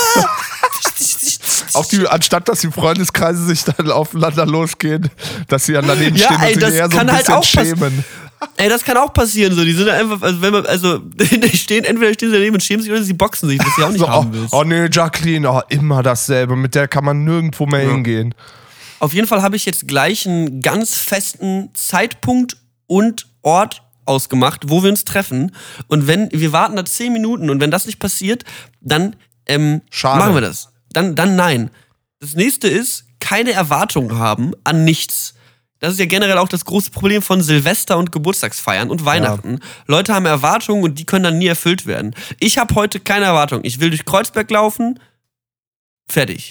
anstatt dass die Freundeskreise sich dann aufeinander losgehen, dass sie dann daneben stehen und sich eher so ein kann halt bisschen auch schämen. Ey, das kann auch passieren, so. Die sind einfach, entweder stehen sie daneben und schämen sich oder sie boxen sich, was du auch nicht haben willst. Oh nee, Jacqueline, immer dasselbe. Mit der kann man nirgendwo mehr hingehen. Auf jeden Fall habe ich jetzt gleich einen ganz festen Zeitpunkt und Ort ausgemacht, wo wir uns treffen. Und wir warten da 10 Minuten und wenn das nicht passiert, dann machen wir das. Dann nein. Das nächste ist, keine Erwartungen haben an nichts. Das ist ja generell auch das große Problem von Silvester und Geburtstagsfeiern und Weihnachten. Ja. Leute haben Erwartungen und die können dann nie erfüllt werden. Ich habe heute keine Erwartung. Ich will durch Kreuzberg laufen. Fertig.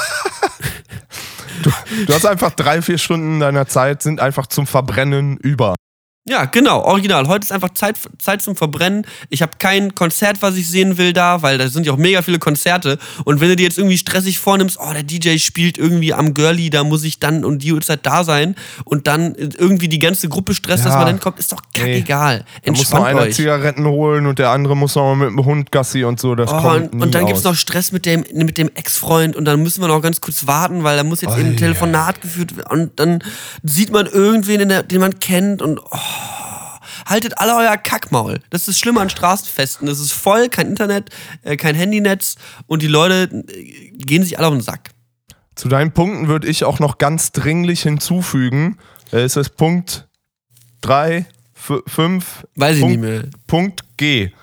Du hast einfach 3-4 Stunden deiner Zeit sind einfach zum Verbrennen über. Ja, genau, original. Heute ist einfach Zeit zum Verbrennen. Ich habe kein Konzert, was ich sehen will da, weil da sind ja auch mega viele Konzerte. Und wenn du dir jetzt irgendwie stressig vornimmst, der DJ spielt irgendwie am Girlie, da muss ich dann um die Uhrzeit da sein und dann irgendwie die ganze Gruppe stresst, dass man dann kommt, ist doch kackegal. Da muss noch einer Zigaretten holen und der andere muss noch mit dem Hund Gassi und so. Das kommt nie und dann aus. Gibt's noch Stress mit dem Ex-Freund und dann müssen wir noch ganz kurz warten, weil da muss jetzt eben ein Telefonat geführt werden und dann sieht man irgendwen, den man kennt und haltet alle euer Kackmaul. Das ist das Schlimme an Straßenfesten. Das ist voll, kein Internet, kein Handynetz und die Leute gehen sich alle auf den Sack. Zu deinen Punkten würde ich auch noch ganz dringlich hinzufügen, ist es Punkt 3, 5, weiß ich nicht mehr. Punkt G.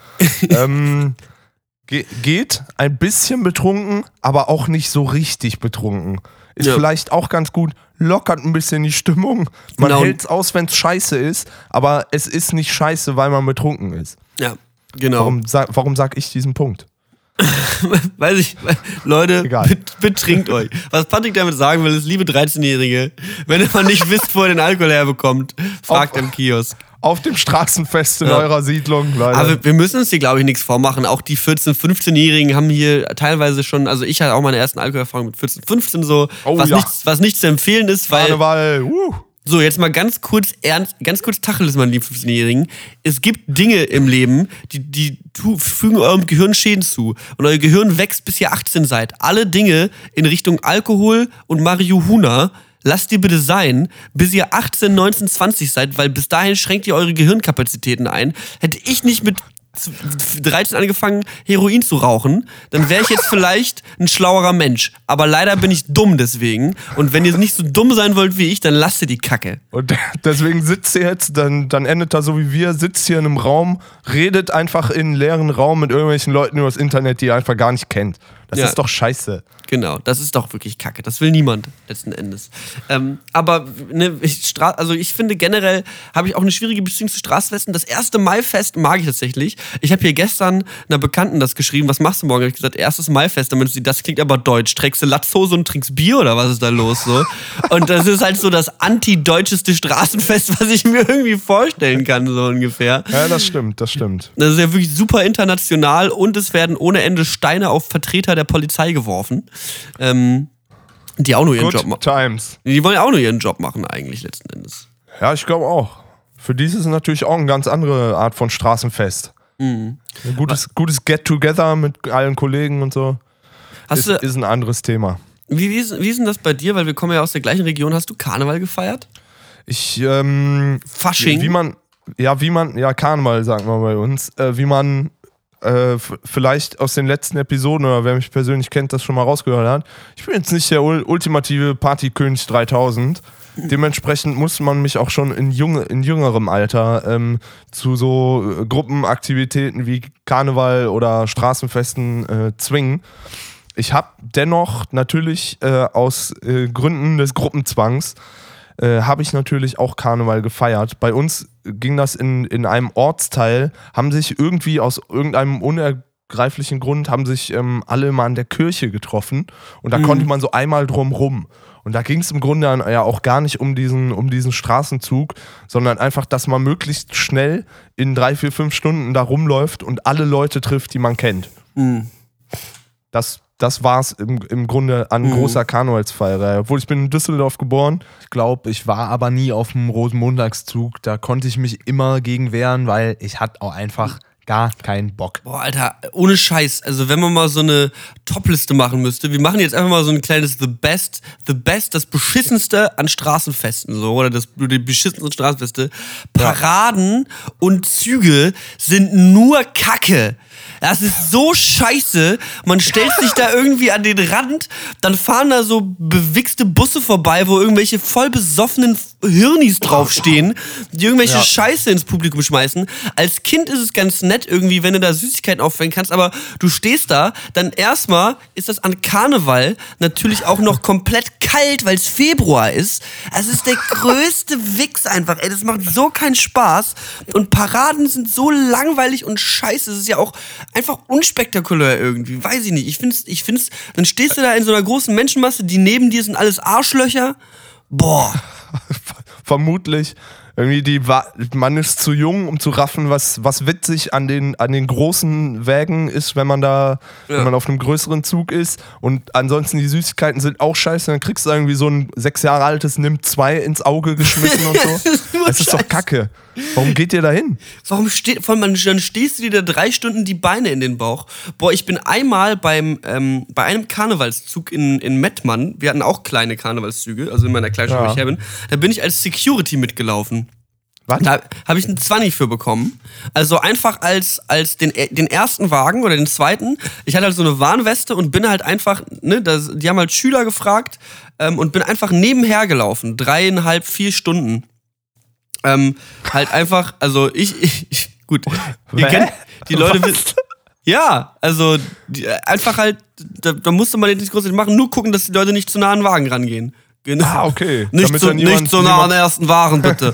Geht ein bisschen betrunken, aber auch nicht so richtig betrunken. Ist vielleicht auch ganz gut, lockert ein bisschen die Stimmung. Man hält's aus, wenn's scheiße ist, aber es ist nicht scheiße, weil man betrunken ist. Ja, genau. Warum sag ich diesen Punkt? Weiß ich, Leute, betrinkt euch. Was Patrick damit sagen will, ist, liebe 13-Jährige, wenn ihr mal nicht wisst, wo ihr den Alkohol herbekommt, fragt im Kiosk. Auf dem Straßenfest in eurer Siedlung, Leute. Aber wir müssen uns hier, glaube ich, nichts vormachen. Auch die 14-, 15-Jährigen haben hier teilweise schon, also ich hatte auch meine ersten Alkoholerfahrungen mit 14, 15 so, was nicht zu empfehlen ist, weil... Karneval, So, jetzt mal ganz kurz Tacheles, meine lieben 15-Jährigen. Es gibt Dinge im Leben, die fügen eurem Gehirn Schäden zu. Und euer Gehirn wächst, bis ihr 18 seid. Alle Dinge in Richtung Alkohol und Marihuana lasst ihr bitte sein, bis ihr 18, 19, 20 seid, weil bis dahin schränkt ihr eure Gehirnkapazitäten ein. Hätte ich nicht mit 13 angefangen, Heroin zu rauchen, dann wäre ich jetzt vielleicht ein schlauerer Mensch. Aber leider bin ich dumm deswegen. Und wenn ihr nicht so dumm sein wollt wie ich, dann lasst ihr die Kacke. Und deswegen sitzt ihr jetzt, dann endet da so wie wir, sitzt hier in einem Raum, redet einfach in einen leeren Raum mit irgendwelchen Leuten übers Internet, die ihr einfach gar nicht kennt. Das ist doch scheiße. Genau, das ist doch wirklich Kacke. Das will niemand letzten Endes. Aber ich finde generell habe ich auch eine schwierige Beziehung zu Straßenfesten. Das 1. Maifest mag ich tatsächlich. Ich habe hier gestern einer Bekannten das geschrieben. Was machst du morgen? Hab ich gesagt, 1. Maifest. Das klingt aber deutsch. Trägst du Latzhose und trinkst Bier oder was ist da los? So? Und das ist halt so das anti-deutscheste Straßenfest, was ich mir irgendwie vorstellen kann, so ungefähr. Ja, das stimmt. Das ist ja wirklich super international und es werden ohne Ende Steine auf Vertreter der Polizei geworfen. Die auch nur ihren Job machen. Times. Die wollen ja auch nur ihren Job machen, eigentlich letzten Endes. Ja, ich glaube auch. Für die ist es natürlich auch eine ganz andere Art von Straßenfest. Mhm. Ein gutes Get-Together mit allen Kollegen und so. Ist ein anderes Thema. Wie ist denn das bei dir? Weil wir kommen ja aus der gleichen Region. Hast du Karneval gefeiert? Fasching? Karneval sagen wir bei uns. Wie man vielleicht aus den letzten Episoden oder wer mich persönlich kennt, das schon mal rausgehört hat. Ich bin jetzt nicht der ultimative Partykönig 3000. Dementsprechend muss man mich auch schon in jüngerem Alter zu so Gruppenaktivitäten wie Karneval oder Straßenfesten zwingen. Ich habe dennoch natürlich aus Gründen des Gruppenzwangs habe ich natürlich auch Karneval gefeiert. Bei uns ging das in einem Ortsteil, haben sich irgendwie aus irgendeinem unergreiflichen Grund, haben sich alle mal an der Kirche getroffen und da konnte man so einmal drum rum. Und da ging es im Grunde ja auch gar nicht um diesen Straßenzug, sondern einfach, dass man möglichst schnell in 3, 4, 5 Stunden da rumläuft und alle Leute trifft, die man kennt. Mhm. Das war es im Grunde an großer Karnevalsfeier. Obwohl ich bin in Düsseldorf geboren. Ich glaube, ich war aber nie auf dem Rosenmontagszug. Da konnte ich mich immer gegen wehren, weil ich hatte auch einfach gar keinen Bock. Boah, Alter, ohne Scheiß. Also wenn man mal so eine Top-Liste machen müsste, wir machen jetzt einfach mal so ein kleines The Best, das Beschissenste an Straßenfesten, so, oder die beschissensten Straßenfeste. Paraden und Züge sind nur Kacke. Das ist so scheiße. Man stellt sich da irgendwie an den Rand, dann fahren da so bewichste Busse vorbei, wo irgendwelche voll besoffenen Hirnis draufstehen, die irgendwelche Scheiße ins Publikum schmeißen. Als Kind ist es ganz nett irgendwie, wenn du da Süßigkeiten auffangen kannst, aber du stehst da, dann erstmal ist das an Karneval natürlich auch noch komplett kalt, weil es Februar ist. Es ist der größte Wichs einfach, ey, das macht so keinen Spaß. Und Paraden sind so langweilig und scheiße, es ist ja auch einfach unspektakulär irgendwie, weiß ich nicht. Ich find's, dann stehst du da in so einer großen Menschenmasse, die neben dir sind alles Arschlöcher. Boah. Vermutlich. Irgendwie man ist zu jung, um zu raffen, was witzig an den großen Wägen ist, wenn man auf einem größeren Zug ist. Und ansonsten die Süßigkeiten sind auch scheiße. Dann kriegst du irgendwie so ein 6 Jahre altes Nimm 2 ins Auge geschmissen und so. Das ist doch Kacke. Warum geht ihr da hin? Dann stehst du dir da 3 Stunden die Beine in den Bauch. Boah, ich bin einmal bei einem Karnevalszug in Mettmann, wir hatten auch kleine Karnevalszüge, also in meiner Kleinstadt, wo ich her bin, da bin ich als Security mitgelaufen. Was? Da habe ich einen 20 für bekommen. Also einfach als den ersten Wagen oder den zweiten. Ich hatte halt so eine Warnweste und bin halt einfach, ne, die haben halt Schüler gefragt und bin einfach nebenher gelaufen. 3,5, 4 Stunden. Halt einfach, also gut. Ihr kennt die Leute wissen. Ja, also einfach halt, da musste man nicht großartig machen, nur gucken, dass die Leute nicht zu nah an den Wagen rangehen. Genau. Ah, okay. Nicht so nah an den ersten Wagen, bitte.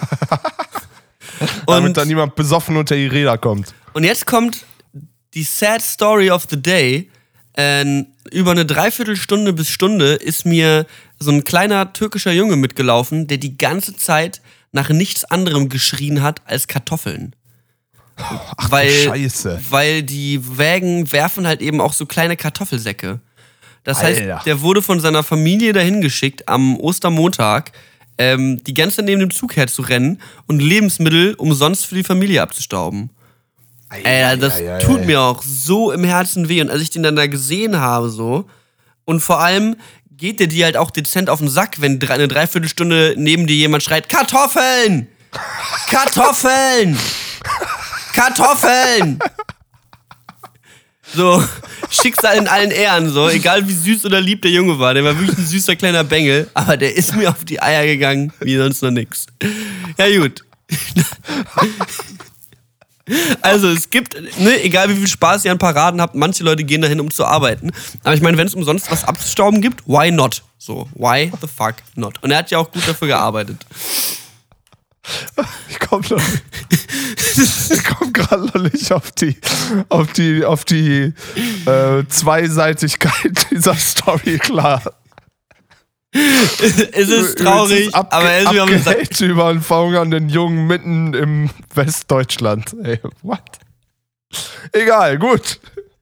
Damit da niemand besoffen unter die Räder kommt. Und jetzt kommt die sad story of the day. Über eine Dreiviertelstunde bis Stunde ist mir so ein kleiner türkischer Junge mitgelaufen, der die ganze Zeit nach nichts anderem geschrien hat als Kartoffeln. Ach, Scheiße. Weil die Wägen werfen halt eben auch so kleine Kartoffelsäcke. Das heißt, der wurde von seiner Familie dahin geschickt am Ostermontag, die ganze Zeit neben dem Zug herzurennen und Lebensmittel umsonst für die Familie abzustauben. Das tut mir auch so im Herzen weh. Und als ich den dann da gesehen habe, so, und vor allem geht der dir halt auch dezent auf den Sack, wenn eine Dreiviertelstunde neben dir jemand schreit, Kartoffeln! Kartoffeln! Kartoffeln! So, Schicksal in allen Ehren, so, egal wie süß oder lieb der Junge war, der war wirklich ein süßer kleiner Bengel, aber der ist mir auf die Eier gegangen, wie sonst noch nix. Ja, gut. Also, es gibt, ne, egal wie viel Spaß ihr an Paraden habt, manche Leute gehen dahin, um zu arbeiten. Aber ich meine, wenn es umsonst was abzustauben gibt, why not? So, why the fuck not? Und er hat ja auch gut dafür gearbeitet. Ich komme gerade noch nicht auf die Zweiseitigkeit dieser Story klar. Es ist traurig, aber er ist mir am Sack. Über einen verhungernden Jungen mitten im Westdeutschland. Ey, what? Egal, gut.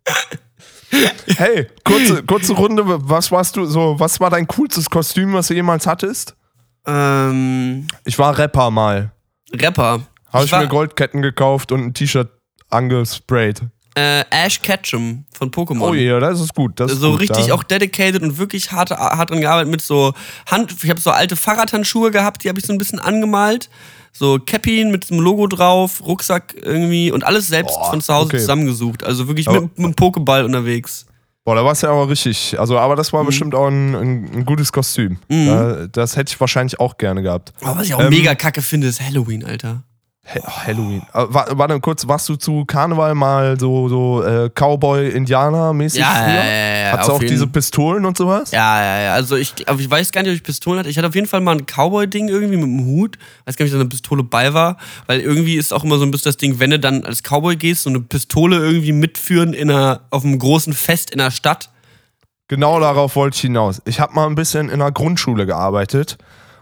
Hey, kurze Runde. Was war dein coolstes Kostüm, was du jemals hattest? Ich war Rapper mal. Rapper? Habe ich mir Goldketten gekauft und ein T-Shirt angesprayt. Ash Ketchum von Pokémon. Oh ja, das ist gut. Das ist so gut, richtig da. Auch dedicated und wirklich hart dran gearbeitet mit so ich habe so alte Fahrradhandschuhe gehabt, die habe ich so ein bisschen angemalt. So Cappy mit dem Logo drauf, Rucksack irgendwie und alles selbst von zu Hause zusammengesucht. Also wirklich mit einem Pokéball unterwegs. Boah, da war es ja aber richtig. Also, aber das war bestimmt auch ein gutes Kostüm. Das hätte ich wahrscheinlich auch gerne gehabt. Aber was ich auch mega kacke finde, ist Halloween, Alter. Halloween. Warte kurz, warst du zu Karneval mal so Cowboy-Indianer-mäßig früher? Ja. Hattest du auch diese Pistolen und sowas? Ja. Also ich weiß gar nicht, ob ich Pistolen hatte. Ich hatte auf jeden Fall mal ein Cowboy-Ding irgendwie mit einem Hut. Weiß gar nicht, ob da eine Pistole bei war. Weil irgendwie ist auch immer so ein bisschen das Ding, wenn du dann als Cowboy gehst, so eine Pistole irgendwie mitführen auf einem großen Fest in der Stadt. Genau darauf wollte ich hinaus. Ich habe mal ein bisschen in einer Grundschule gearbeitet.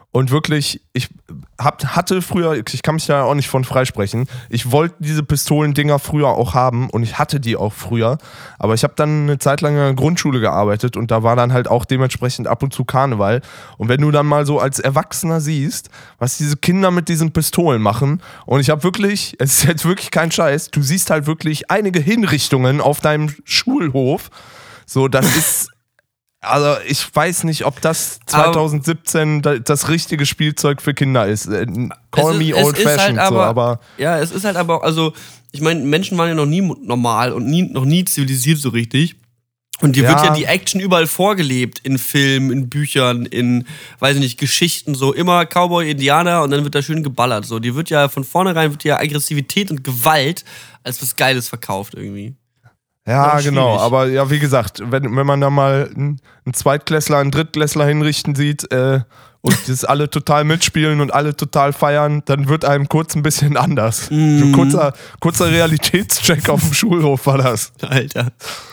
Und wirklich, hatte früher, ich kann mich da auch nicht von freisprechen, ich wollte diese Pistolendinger früher auch haben und ich hatte die auch früher, aber ich habe dann eine Zeit lang in der Grundschule gearbeitet und da war dann halt auch dementsprechend ab und zu Karneval. Und wenn du dann mal so als Erwachsener siehst, was diese Kinder mit diesen Pistolen machen, und ich habe wirklich, es ist jetzt wirklich kein Scheiß, du siehst halt wirklich einige Hinrichtungen auf deinem Schulhof, so, das ist... Also ich weiß nicht, ob das 2017 das richtige Spielzeug für Kinder ist. Call me old-fashioned, halt aber... Ja, es ist halt aber auch, also ich meine, Menschen waren ja noch nie normal und noch nie zivilisiert so richtig. Und dir wird ja die Action überall vorgelebt, in Filmen, in Büchern, in, weiß ich nicht, Geschichten, so immer Cowboy, Indianer und dann wird da schön geballert. So, die wird ja von vornherein Aggressivität und Gewalt als was Geiles verkauft irgendwie. Ja, genau, aber ja, wie gesagt, wenn man da mal einen Zweitklässler, einen Drittklässler hinrichten sieht und das alle total mitspielen und alle total feiern, dann wird einem kurz ein bisschen anders. So ein kurzer Realitätscheck auf dem Schulhof war das. Alter.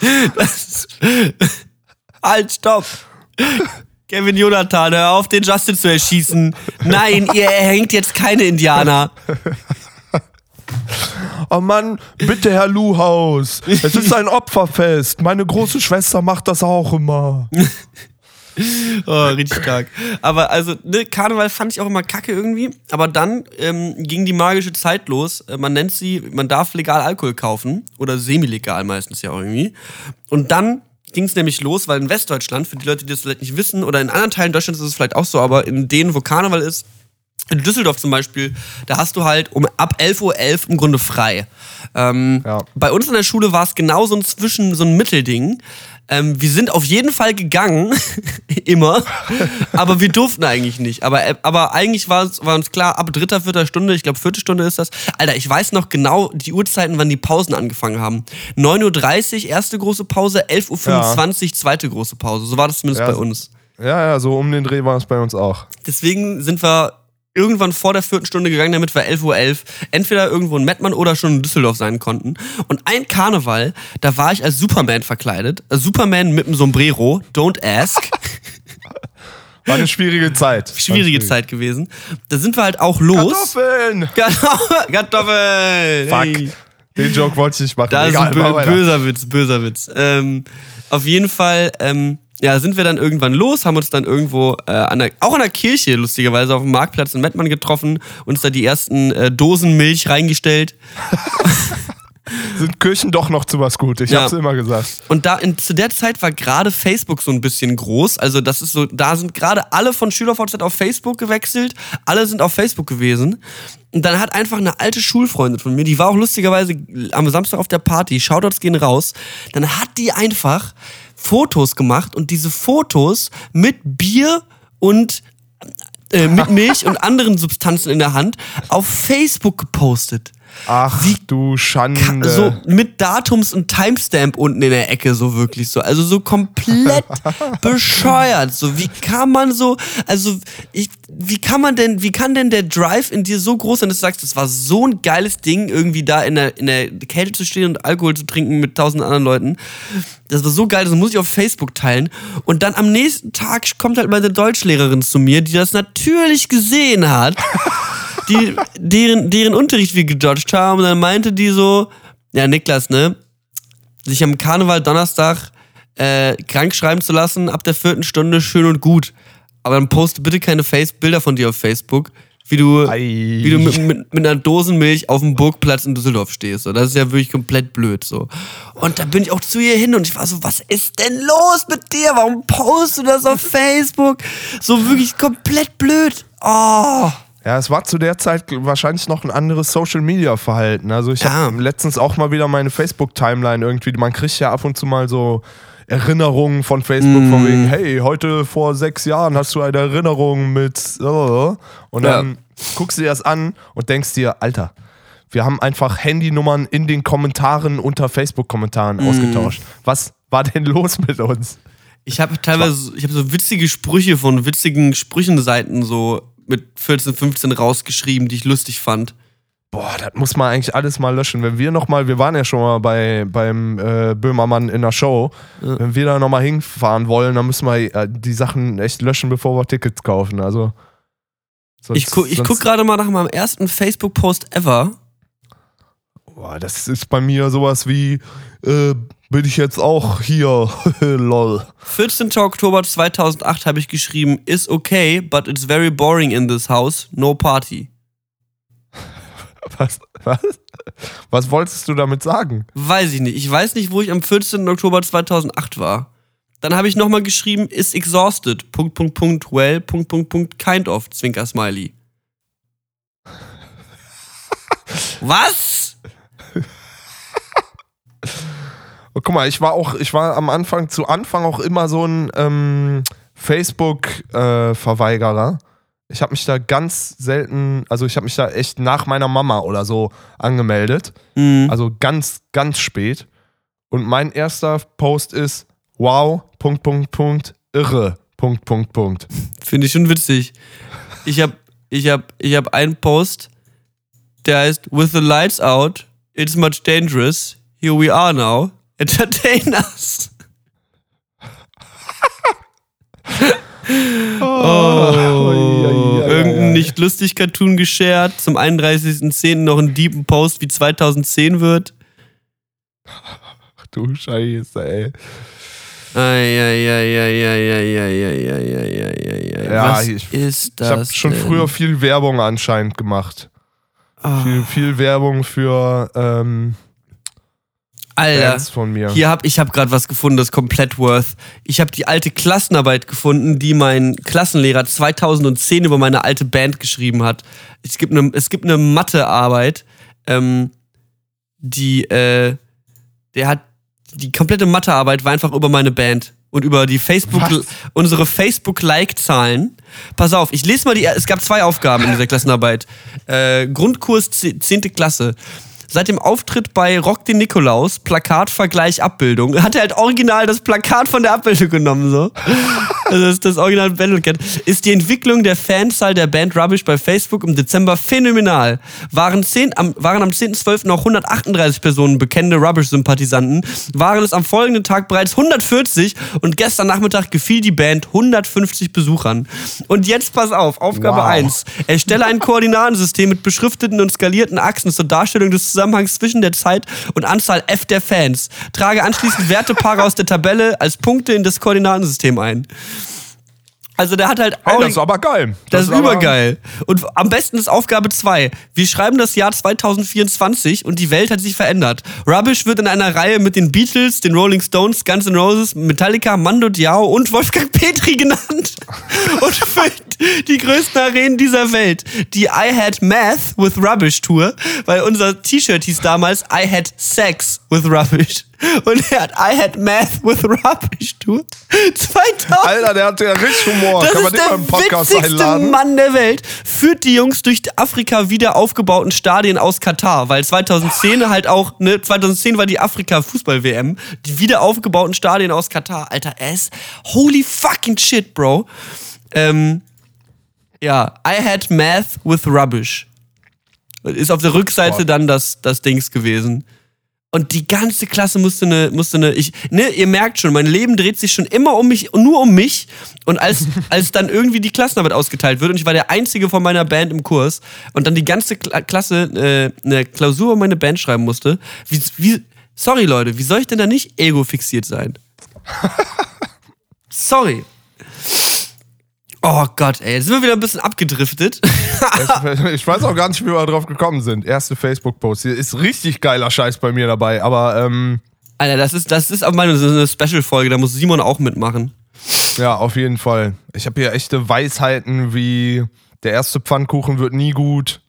Halt, stopp! Kevin Jonathan, hör auf, den Justin zu erschießen. Nein, ihr erhängt jetzt keine Indianer. Oh Mann, bitte Herr Luhaus, es ist ein Opferfest. Meine große Schwester macht das auch immer. Oh, richtig stark. Aber also, ne, Karneval fand ich auch immer kacke irgendwie. Aber dann ging die magische Zeit los. Man darf legal Alkohol kaufen. Oder semi-legal meistens ja auch irgendwie. Und dann ging es nämlich los, weil in Westdeutschland, für die Leute, die das vielleicht nicht wissen, oder in anderen Teilen Deutschlands ist es vielleicht auch so, aber in denen, wo Karneval ist, in Düsseldorf zum Beispiel, da hast du halt ab 11:11 Uhr im Grunde frei. Bei uns in der Schule war es genau so ein Mittelding. Wir sind auf jeden Fall gegangen, immer, aber wir durften eigentlich nicht. Aber eigentlich war uns klar, ab 3., 4. Stunde, ich glaube 4. Stunde ist das. Alter, ich weiß noch genau die Uhrzeiten, wann die Pausen angefangen haben. 9:30 Uhr erste große Pause, 11:25 Uhr zweite große Pause. So war das zumindest bei uns. Ja, so um den Dreh war es bei uns auch. Deswegen sind wir irgendwann vor der 4. Stunde gegangen, damit wir 11:11 Uhr entweder irgendwo in Mettmann oder schon in Düsseldorf sein konnten. Und ein Karneval, da war ich als Superman verkleidet. Superman mit einem Sombrero, don't ask. War eine schwierige Zeit. Schwierige Zeit gewesen. Da sind wir halt auch los. Kartoffeln! Fuck. Hey. Den Joke wollte ich nicht machen. Das ist ein böser Witz. Auf jeden Fall, sind wir dann irgendwann los, haben uns dann irgendwo auch an der Kirche, lustigerweise, auf dem Marktplatz in Mettmann getroffen, uns da die ersten Dosen Milch reingestellt. Sind Kirchen doch noch zu was gut, ich hab's immer gesagt. Und zu der Zeit war gerade Facebook so ein bisschen groß, also das ist so, da sind gerade alle von SchülerVZ auf Facebook gewechselt, alle sind auf Facebook gewesen. Und dann hat einfach eine alte Schulfreundin von mir, die war auch lustigerweise am Samstag auf der Party, Shoutouts gehen raus, dann hat die einfach Fotos gemacht und diese Fotos mit Bier und mit Milch und anderen Substanzen in der Hand auf Facebook gepostet. Ach du Schande. So mit Datums und Timestamp unten in der Ecke, so wirklich so. Also so komplett bescheuert. So, wie kann man so, also wie kann denn der Drive in dir so groß sein, dass du sagst, das war so ein geiles Ding, irgendwie da in der Kälte zu stehen und Alkohol zu trinken mit 1000 anderen Leuten. Das war so geil, das muss ich auf Facebook teilen. Und dann am nächsten Tag kommt halt meine Deutschlehrerin zu mir, die das natürlich gesehen hat. deren Unterricht wir gedodged haben. Und dann meinte die so, ja Niklas, ne, sich am Karneval Donnerstag krank schreiben zu lassen, ab der 4. Stunde schön und gut. Aber dann poste bitte keine Bilder von dir auf Facebook, wie du mit einer Dosenmilch auf dem Burgplatz in Düsseldorf stehst. So. Das ist ja wirklich komplett blöd. So. Und da bin ich auch zu ihr hin und ich war so, was ist denn los mit dir? Warum postest du das auf Facebook? So wirklich komplett blöd. Oh. Ja, es war zu der Zeit wahrscheinlich noch ein anderes Social-Media-Verhalten. Also ich habe letztens auch mal wieder meine Facebook-Timeline irgendwie, man kriegt ja ab und zu mal so Erinnerungen von Facebook von wegen, hey, heute vor 6 Jahren hast du eine Erinnerung mit und dann guckst du dir das an und denkst dir, Alter, wir haben einfach Handynummern in den Kommentaren unter Facebook-Kommentaren ausgetauscht. Was war denn los mit uns? Ich habe so witzige Sprüche von witzigen Sprüchenseiten so mit 14, 15 rausgeschrieben, die ich lustig fand. Boah, das muss man eigentlich alles mal löschen. Wenn wir wir waren ja schon mal beim Böhmermann in der Show, wenn wir da nochmal hinfahren wollen, dann müssen wir die Sachen echt löschen, bevor wir Tickets kaufen. Also Ich guck gerade mal nach meinem ersten Facebook-Post ever. Boah, das ist bei mir sowas wie, bin ich jetzt auch hier, lol. 14. Oktober 2008 habe ich geschrieben, is okay, but it's very boring in this house, no party. Was? Was wolltest du damit sagen? Weiß ich nicht. Ich weiß nicht, wo ich am 14. Oktober 2008 war. Dann habe ich nochmal geschrieben, is exhausted, ... well, ... kind of, Zwinker-Smiley. Was? Oh, guck mal, ich war am Anfang auch immer so ein Facebook-Verweigerer. Ich habe mich da ganz selten, also ich habe mich da echt nach meiner Mama oder so angemeldet. Mhm. Also ganz, ganz spät. Und mein erster Post ist, wow, ... irre, ... Finde ich schon witzig. Ich hab einen Post, der heißt, with the lights out, it's much dangerous, here we are now, entertain us. Irgendein nicht lustig Cartoon geshared, zum 31.10. noch einen deepen Post wie 2010 wird. Ach du Scheiße, ey. Was ist das? Ich habe schon früher viel Werbung anscheinend gemacht. Viel Werbung für Alter, Bands von mir. Ich hab gerade was gefunden, das ist komplett worth. Ich habe die alte Klassenarbeit gefunden, die mein Klassenlehrer 2010 über meine alte Band geschrieben hat. Es gibt eine Mathearbeit, der hat die komplette Mathearbeit war einfach über meine Band und über die unsere Facebook-Like-Zahlen. Pass auf, ich lese mal es gab 2 Aufgaben in dieser Klassenarbeit. Grundkurs 10. Klasse. Seit dem Auftritt bei Rock den Nikolaus, Plakatvergleich Abbildung, hat er halt original das Plakat von der Abbildung genommen, so. Also das Original Battlecat. Ist die Entwicklung der Fanzahl der Band Rubbish bei Facebook im Dezember phänomenal. Waren am 10.12. noch 138 Personen bekennende Rubbish-Sympathisanten, waren es am folgenden Tag bereits 140 und gestern Nachmittag gefiel die Band 150 Besuchern. Und jetzt pass auf, Aufgabe 1. Erstelle ein Koordinatensystem mit beschrifteten und skalierten Achsen zur Darstellung des Zusammenhangs zwischen der Zeit und Anzahl F der Fans. Trage anschließend Wertepaare aus der Tabelle als Punkte in das Koordinatensystem ein. Also der hat halt auch... Hey, das ist aber geil. Das ist übergeil. Und am besten ist Aufgabe 2. Wir schreiben das Jahr 2024 und die Welt hat sich verändert. Rubbish wird in einer Reihe mit den Beatles, den Rolling Stones, Guns N' Roses, Metallica, Mando Diao und Wolfgang Petri genannt. Und füllt die größten Arenen dieser Welt. Die I Had Math with Rubbish Tour, weil unser T-Shirt hieß damals I Had Sex with Rubbish. Und er hat I Had Math with Rubbish Tour 2000. Alter, der hat ja richtig Humor. Das kann man ist den mal im Podcast der witzigste einladen? Mann der Welt. Führt die Jungs durch die Afrika wieder aufgebauten Stadien aus Katar, weil 2010 halt auch, 2010 war die Afrika-Fußball-WM, die wieder aufgebauten Stadien aus Katar. Alter, holy fucking shit, Bro. Ja, I Had Math with Rubbish. Ist auf der Rückseite dann das Dings gewesen. Und die ganze Klasse musste ihr merkt schon, mein Leben dreht sich schon immer um mich, nur um mich. Und als dann irgendwie die Klassenarbeit ausgeteilt wird und ich war der Einzige von meiner Band im Kurs und dann die ganze Klasse eine Klausur über meine Band schreiben musste, sorry Leute, wie soll ich denn da nicht ego-fixiert sein? Sorry. Oh Gott, ey, jetzt sind wir wieder ein bisschen abgedriftet. Ich weiß auch gar nicht, wie wir drauf gekommen sind. Erste Facebook-Post. Hier ist richtig geiler Scheiß bei mir dabei, aber Alter, das ist auch mal eine Special-Folge, da muss Simon auch mitmachen. Ja, auf jeden Fall. Ich habe hier echte Weisheiten wie der erste Pfannkuchen wird nie gut.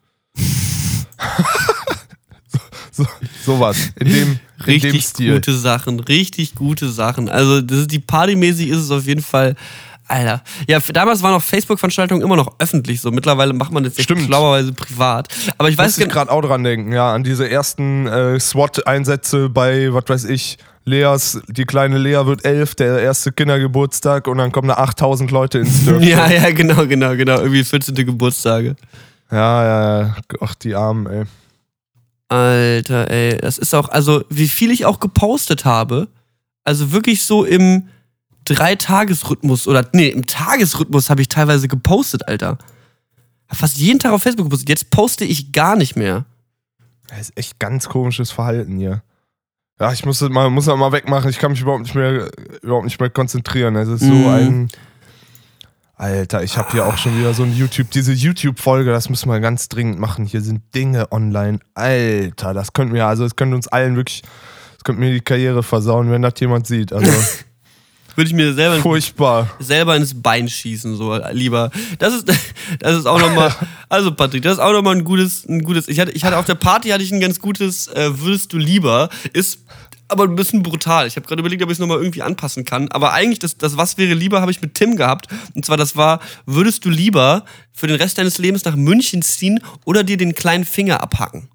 Sowas. In dem Stil. Richtig gute Sachen. Also, die partymäßig ist es auf jeden Fall. Alter. Ja, damals waren auch Facebook-Veranstaltungen immer noch öffentlich so. Mittlerweile macht man das echt schlauerweise privat. Aber ich weiß nicht. Ich gerade auch dran denken, ja, an diese ersten SWAT-Einsätze bei, was weiß ich, die kleine Lea wird 11, der erste Kindergeburtstag und dann kommen da 8000 Leute ins Dörfchen. Ja, genau. Irgendwie 14. Geburtstage. Ja. Ach, die Armen, ey. Alter, ey. Das ist auch, also, wie viel ich auch gepostet habe. Also wirklich so im 3-Tages-Rhythmus im Tagesrhythmus habe ich teilweise gepostet, Alter. fast jeden Tag auf Facebook gepostet. Jetzt poste ich gar nicht mehr. Das ist echt ganz komisches Verhalten hier. Ja, ich muss das mal wegmachen. Ich kann mich überhaupt nicht mehr konzentrieren. Es ist so ein... Alter, ich habe hier auch schon wieder so ein diese YouTube-Folge, das müssen wir ganz dringend machen. Hier sind Dinge online. Alter, das könnte uns allen wirklich, das könnte mir die Karriere versauen, wenn das jemand sieht. Also würde ich mir furchtbar selber ins Bein schießen, so lieber. Das ist auch nochmal, also Patrick, das ist auch nochmal ein gutes, ich hatte auf der Party ein ganz gutes, würdest du lieber, ist aber ein bisschen brutal. Ich habe gerade überlegt, ob ich es nochmal irgendwie anpassen kann. Aber eigentlich, das was wäre lieber, habe ich mit Tim gehabt. Und zwar, das war, würdest du lieber für den Rest deines Lebens nach München ziehen oder dir den kleinen Finger abhacken?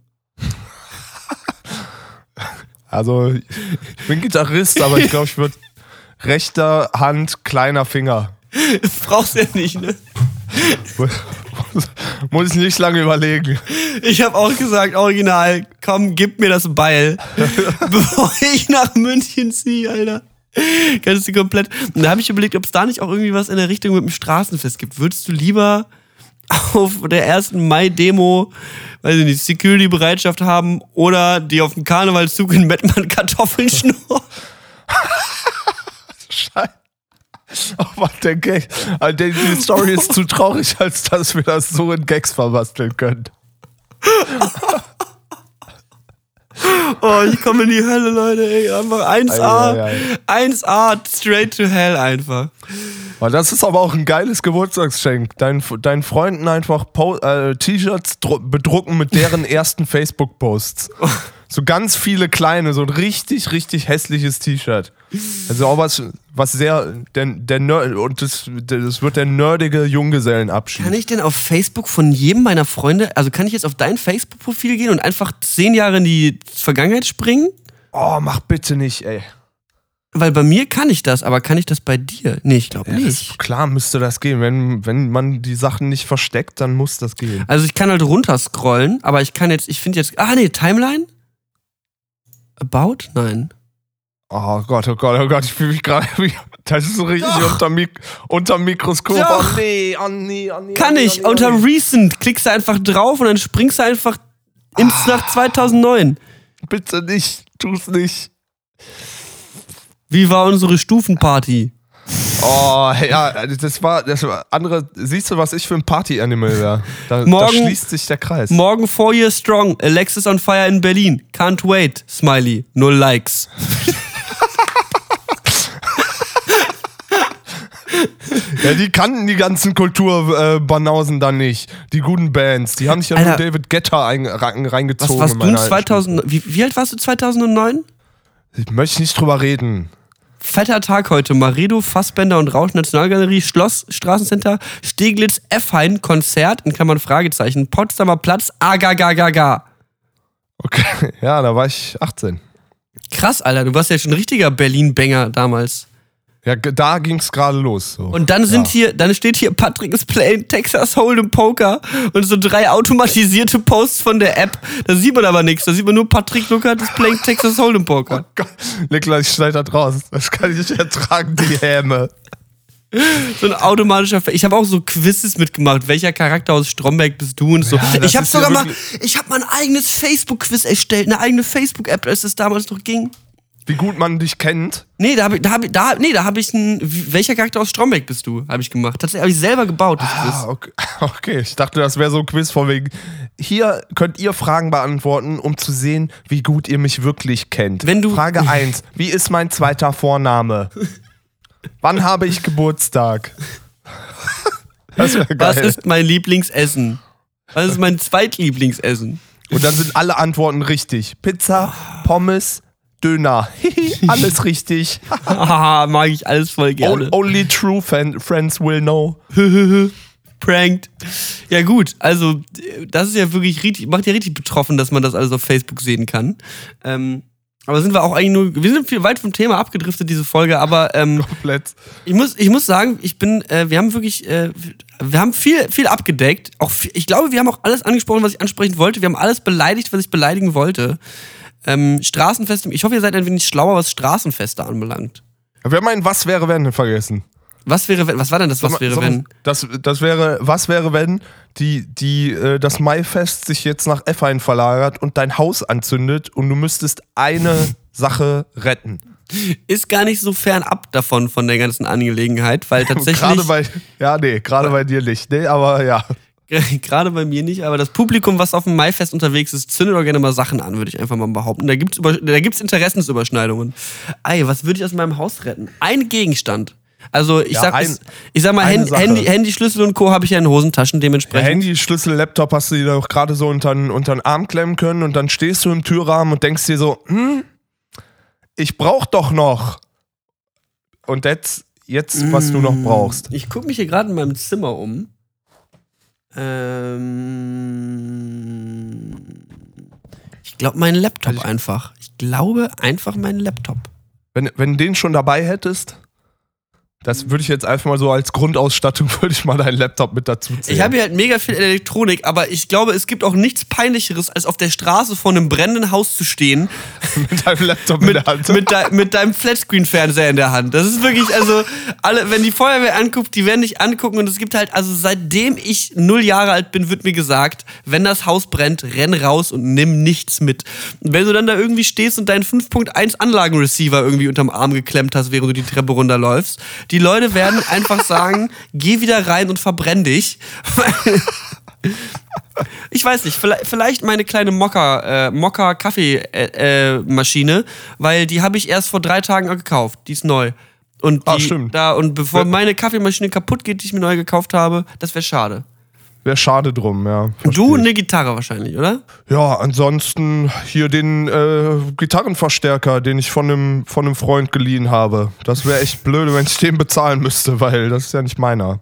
Also, ich bin Gitarrist, aber ich glaube, ich würde rechter Hand, kleiner Finger. Brauchst du ja nicht, ne? Muss ich nicht lange überlegen. Ich habe auch gesagt, original, komm, gib mir das Beil, bevor ich nach München ziehe, Alter. Kannst du komplett... Und da habe ich überlegt, ob es da nicht auch irgendwie was in der Richtung mit dem Straßenfest gibt. Würdest du lieber auf der 1. Mai-Demo, weiß ich nicht, Security-Bereitschaft haben oder die auf dem Karnevalszug in Mettmann Kartoffeln schnurren? Scheiße. Oh Mann, der Gag. Also die Story ist zu traurig, als dass wir das so in Gags verbasteln können. Oh, ich komme in die Hölle, Leute, ey. Einfach 1A. 1A, straight to hell einfach. Oh, das ist aber auch ein geiles Geburtstagsgeschenk. Deinen Freunden einfach T-Shirts bedrucken mit deren ersten Facebook-Posts. So ganz viele kleine, so ein richtig, richtig hässliches T-Shirt. Also auch was sehr, und das wird der nerdige Junggesellenabschied. Kann ich denn auf Facebook von jedem meiner Freunde, also kann ich jetzt auf dein Facebook-Profil gehen und einfach 10 Jahre in die Vergangenheit springen? Oh, mach bitte nicht, ey. Weil bei mir kann ich das, aber kann ich das bei dir? Nee, ich glaube nicht. Klar müsste das gehen. Wenn man die Sachen nicht versteckt, dann muss das gehen. Also ich kann halt runterscrollen, aber ich finde jetzt, Timeline? About? Nein. Oh Gott, ich fühle mich gerade, das ist so richtig unterm Mikroskop. Doch. Oh nee. Kann ich, unter Recent klickst du einfach drauf und dann springst du einfach nach 2009. Bitte nicht, tu's nicht. Wie war unsere Stufenparty? Oh, ja, das war andere. Siehst du, was ich für ein Party-Animal wäre? Da schließt sich der Kreis. Morgen 4 Years Strong, Alexis on Fire in Berlin. Can't wait, Smiley, 0 Likes. Ja, die kannten die ganzen Kulturbanausen dann nicht. Die guten Bands. Die haben sich ja nur David Guetta reingezogen. Was warst du 2000? Wie alt warst du 2009? Ich möchte nicht drüber reden. Fetter Tag heute. Maredo, Fassbender und Rausch Nationalgalerie, Schloss, Straßencenter, Steglitz, F-Hein, Konzert, in Klammern Fragezeichen, Potsdamer Platz, Agagagaga. Okay, ja, da war ich 18. Krass, Alter, du warst ja schon ein richtiger Berlin-Banger damals. Ja, da ging's gerade los. So. Und dann steht hier, Patrick is playing Texas Hold'em Poker und so 3 automatisierte Posts von der App. Da sieht man aber nichts. Da sieht man nur, Patrick Luckert is playing Texas Hold'em Poker. Oh Gott. Niklas, ich schneide das raus. Das kann ich nicht ertragen, die Häme. So ein automatischer... Ich habe auch so Quizzes mitgemacht. Welcher Charakter aus Stromberg bist du und so. Ja, ich habe sogar mal... Ich habe mal ein eigenes Facebook-Quiz erstellt. Eine eigene Facebook-App, als es damals noch ging. Wie gut man dich kennt? Nee, da hab ich welcher Charakter aus Stromberg bist du? Habe ich gemacht. Tatsächlich habe ich selber gebaut, das Quiz. Okay, ich dachte, das wäre so ein Quiz von wegen. Hier könnt ihr Fragen beantworten, um zu sehen, wie gut ihr mich wirklich kennt. Frage 1. Wie ist mein zweiter Vorname? Wann habe ich Geburtstag? Das wäre geil. Was ist mein Lieblingsessen? Was ist mein Zweitlieblingsessen? Und dann sind alle Antworten richtig. Pizza, Pommes, Döner. Alles richtig. Haha, mag ich alles voll gerne. Only true friends will know. Pranked. Ja gut, also das ist ja wirklich richtig, macht ja richtig betroffen, dass man das alles auf Facebook sehen kann. Aber sind wir auch eigentlich nur, wir sind viel weit vom Thema abgedriftet, diese Folge, aber komplett. Ich muss sagen, wir haben wirklich, wir haben viel abgedeckt. Ich glaube, wir haben auch alles angesprochen, was ich ansprechen wollte. Wir haben alles beleidigt, was ich beleidigen wollte. Straßenfeste, ich hoffe, ihr seid ein wenig schlauer, was Straßenfeste anbelangt. Wir haben ein Was wäre wenn vergessen. Was wäre, wenn? Was war denn das, was wäre, wenn? Das wäre, was wäre, wenn das Maifest sich jetzt nach Effein verlagert und dein Haus anzündet und du müsstest eine Sache retten? Ist gar nicht so fernab davon, von der ganzen Angelegenheit, weil tatsächlich... Gerade bei dir nicht. Nee, aber ja. Gerade bei mir nicht, aber das Publikum, was auf dem Maifest unterwegs ist, zündet doch gerne mal Sachen an, würde ich einfach mal behaupten. Da gibt's Interessensüberschneidungen. Was würde ich aus meinem Haus retten? Ein Gegenstand. Also ich sag mal, Handy, Schlüssel und Co. habe ich ja in Hosentaschen dementsprechend. Ja, Handy, Schlüssel, Laptop hast du dir doch gerade so unter den Arm klemmen können und dann stehst du im Türrahmen und denkst dir so, ich brauch doch noch. Und jetzt was du noch brauchst. Ich gucke mich hier gerade in meinem Zimmer um. Ich glaube, meinen Laptop einfach. Ich glaube einfach meinen Laptop. Wenn du den schon dabei hättest, das würde ich jetzt einfach mal so als Grundausstattung, würde ich mal deinen Laptop mit dazu zählen. Ich habe hier halt mega viel Elektronik, aber ich glaube, es gibt auch nichts Peinlicheres, als auf der Straße vor einem brennenden Haus zu stehen. Mit deinem Laptop in der Hand. Mit deinem Flatscreen-Fernseher in der Hand. Das ist wirklich, also, wenn die Feuerwehr anguckt, die werden dich angucken und es gibt halt, also seitdem ich 0 Jahre alt bin, wird mir gesagt, wenn das Haus brennt, renn raus und nimm nichts mit. Und wenn du dann da irgendwie stehst und deinen 5.1 Anlagenreceiver irgendwie unterm Arm geklemmt hast, während du die Treppe runterläufst, die Leute werden einfach sagen, geh wieder rein und verbrenn dich. Ich weiß nicht, vielleicht meine kleine Mokka-Kaffeemaschine, weil die habe ich erst vor 3 Tagen gekauft. Die ist neu. Und stimmt. Und bevor meine Kaffeemaschine kaputt geht, die ich mir neu gekauft habe, das wäre schade. Wäre schade drum, ja. Du eine Gitarre wahrscheinlich, oder? Ja, ansonsten hier den Gitarrenverstärker, den ich von einem Freund geliehen habe. Das wäre echt blöd, wenn ich den bezahlen müsste, weil das ist ja nicht meiner.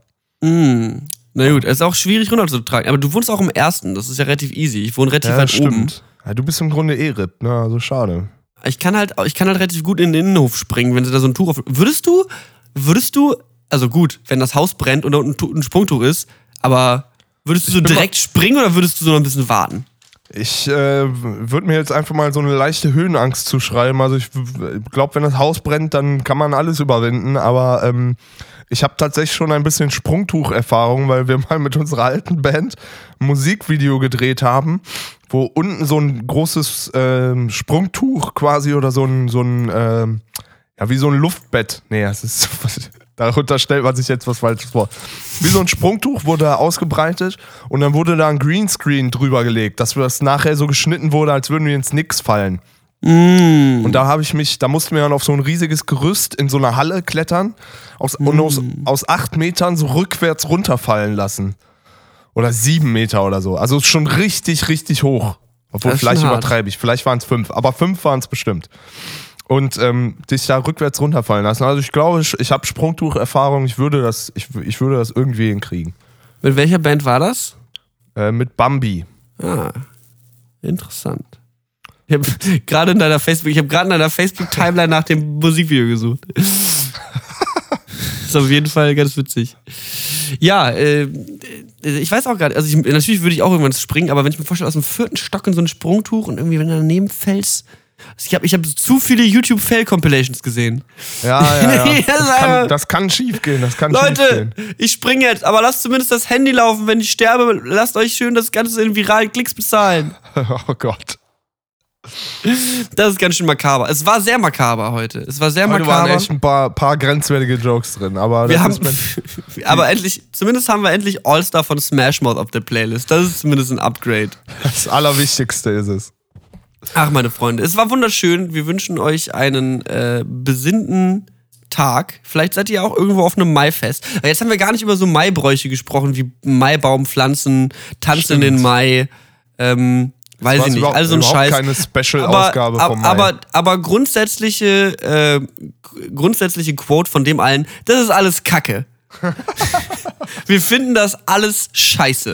Na gut, es ist auch schwierig runterzutragen. Aber du wohnst auch im 1., das ist ja relativ easy. Ich wohne relativ weit oben. Ja, du bist im Grunde RIP, ne? Also schade. Ich kann halt relativ gut in den Innenhof springen, wenn sie da so ein Tuch auf... Würdest du, also gut, wenn das Haus brennt und da unten ein Sprungtuch ist, aber... Würdest du so direkt springen oder würdest du so noch ein bisschen warten? Ich würde mir jetzt einfach mal so eine leichte Höhenangst zuschreiben. Also ich glaube, wenn das Haus brennt, dann kann man alles überwinden. Aber ich habe tatsächlich schon ein bisschen Sprungtuch-Erfahrung, weil wir mal mit unserer alten Band ein Musikvideo gedreht haben, wo unten so ein großes Sprungtuch quasi oder so ein wie so ein Luftbett. Nee, das ist... Darunter stellt man sich jetzt was Falsches vor. Wie so ein Sprungtuch wurde da ausgebreitet und dann wurde da ein Greenscreen drüber gelegt, dass das nachher so geschnitten wurde, als würden wir ins Nix fallen. Und da mussten wir dann auf so ein riesiges Gerüst in so einer Halle klettern und aus 8 Metern so rückwärts runterfallen lassen. Oder 7 Meter oder so. Also schon richtig, richtig hoch. Obwohl, vielleicht übertreibe ich. Vielleicht waren es 5. Aber 5 waren es bestimmt. Und dich da rückwärts runterfallen lassen. Also ich glaube, ich habe Sprungtuch-Erfahrung. Ich würde das irgendwie hinkriegen. Mit welcher Band war das? Mit Bambi. Ah, interessant. Ich habe gerade in deiner Facebook-Timeline nach dem Musikvideo gesucht. Ist auf jeden Fall ganz witzig. Ja, ich weiß auch gerade, also natürlich würde ich auch irgendwann springen, aber wenn ich mir vorstelle, aus dem 4. Stock in so ein Sprungtuch und irgendwie, wenn du daneben fällst. Ich hab zu viele YouTube-Fail-Compilations gesehen. Ja. Das kann schief gehen. Leute, ich springe jetzt, aber lasst zumindest das Handy laufen. Wenn ich sterbe, lasst euch schön das Ganze in viralen Klicks bezahlen. Oh Gott. Das ist ganz schön makaber. Es war sehr makaber heute. Es war sehr makaber. Da waren echt ein paar grenzwertige Jokes drin. Aber zumindest haben wir endlich All-Star von Smash Mouth auf der Playlist. Das ist zumindest ein Upgrade. Das Allerwichtigste ist es. Ach, meine Freunde, es war wunderschön. Wir wünschen euch einen besinnten Tag. Vielleicht seid ihr auch irgendwo auf einem Maifest. Aber jetzt haben wir gar nicht über so Maibräuche gesprochen, wie Maibaum pflanzen, tanzen in den Mai. Weiß ich nicht. Also ein Scheiß. Keine Special-Ausgabe vom Mai. Aber grundsätzliche Quote von dem allen, das ist alles Kacke. Wir finden das alles scheiße.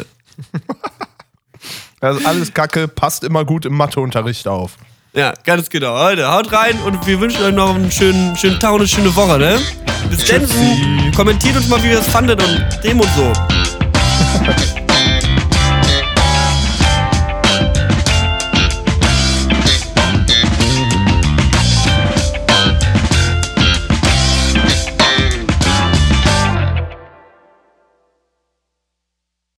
Das ist alles Kacke, passt immer gut im Matheunterricht auf. Ja, ganz genau. Leute, haut rein und wir wünschen euch noch einen schönen Tag und eine schöne Woche, ne? Bis dann. Kommentiert uns mal, wie ihr das fandet und dem und so.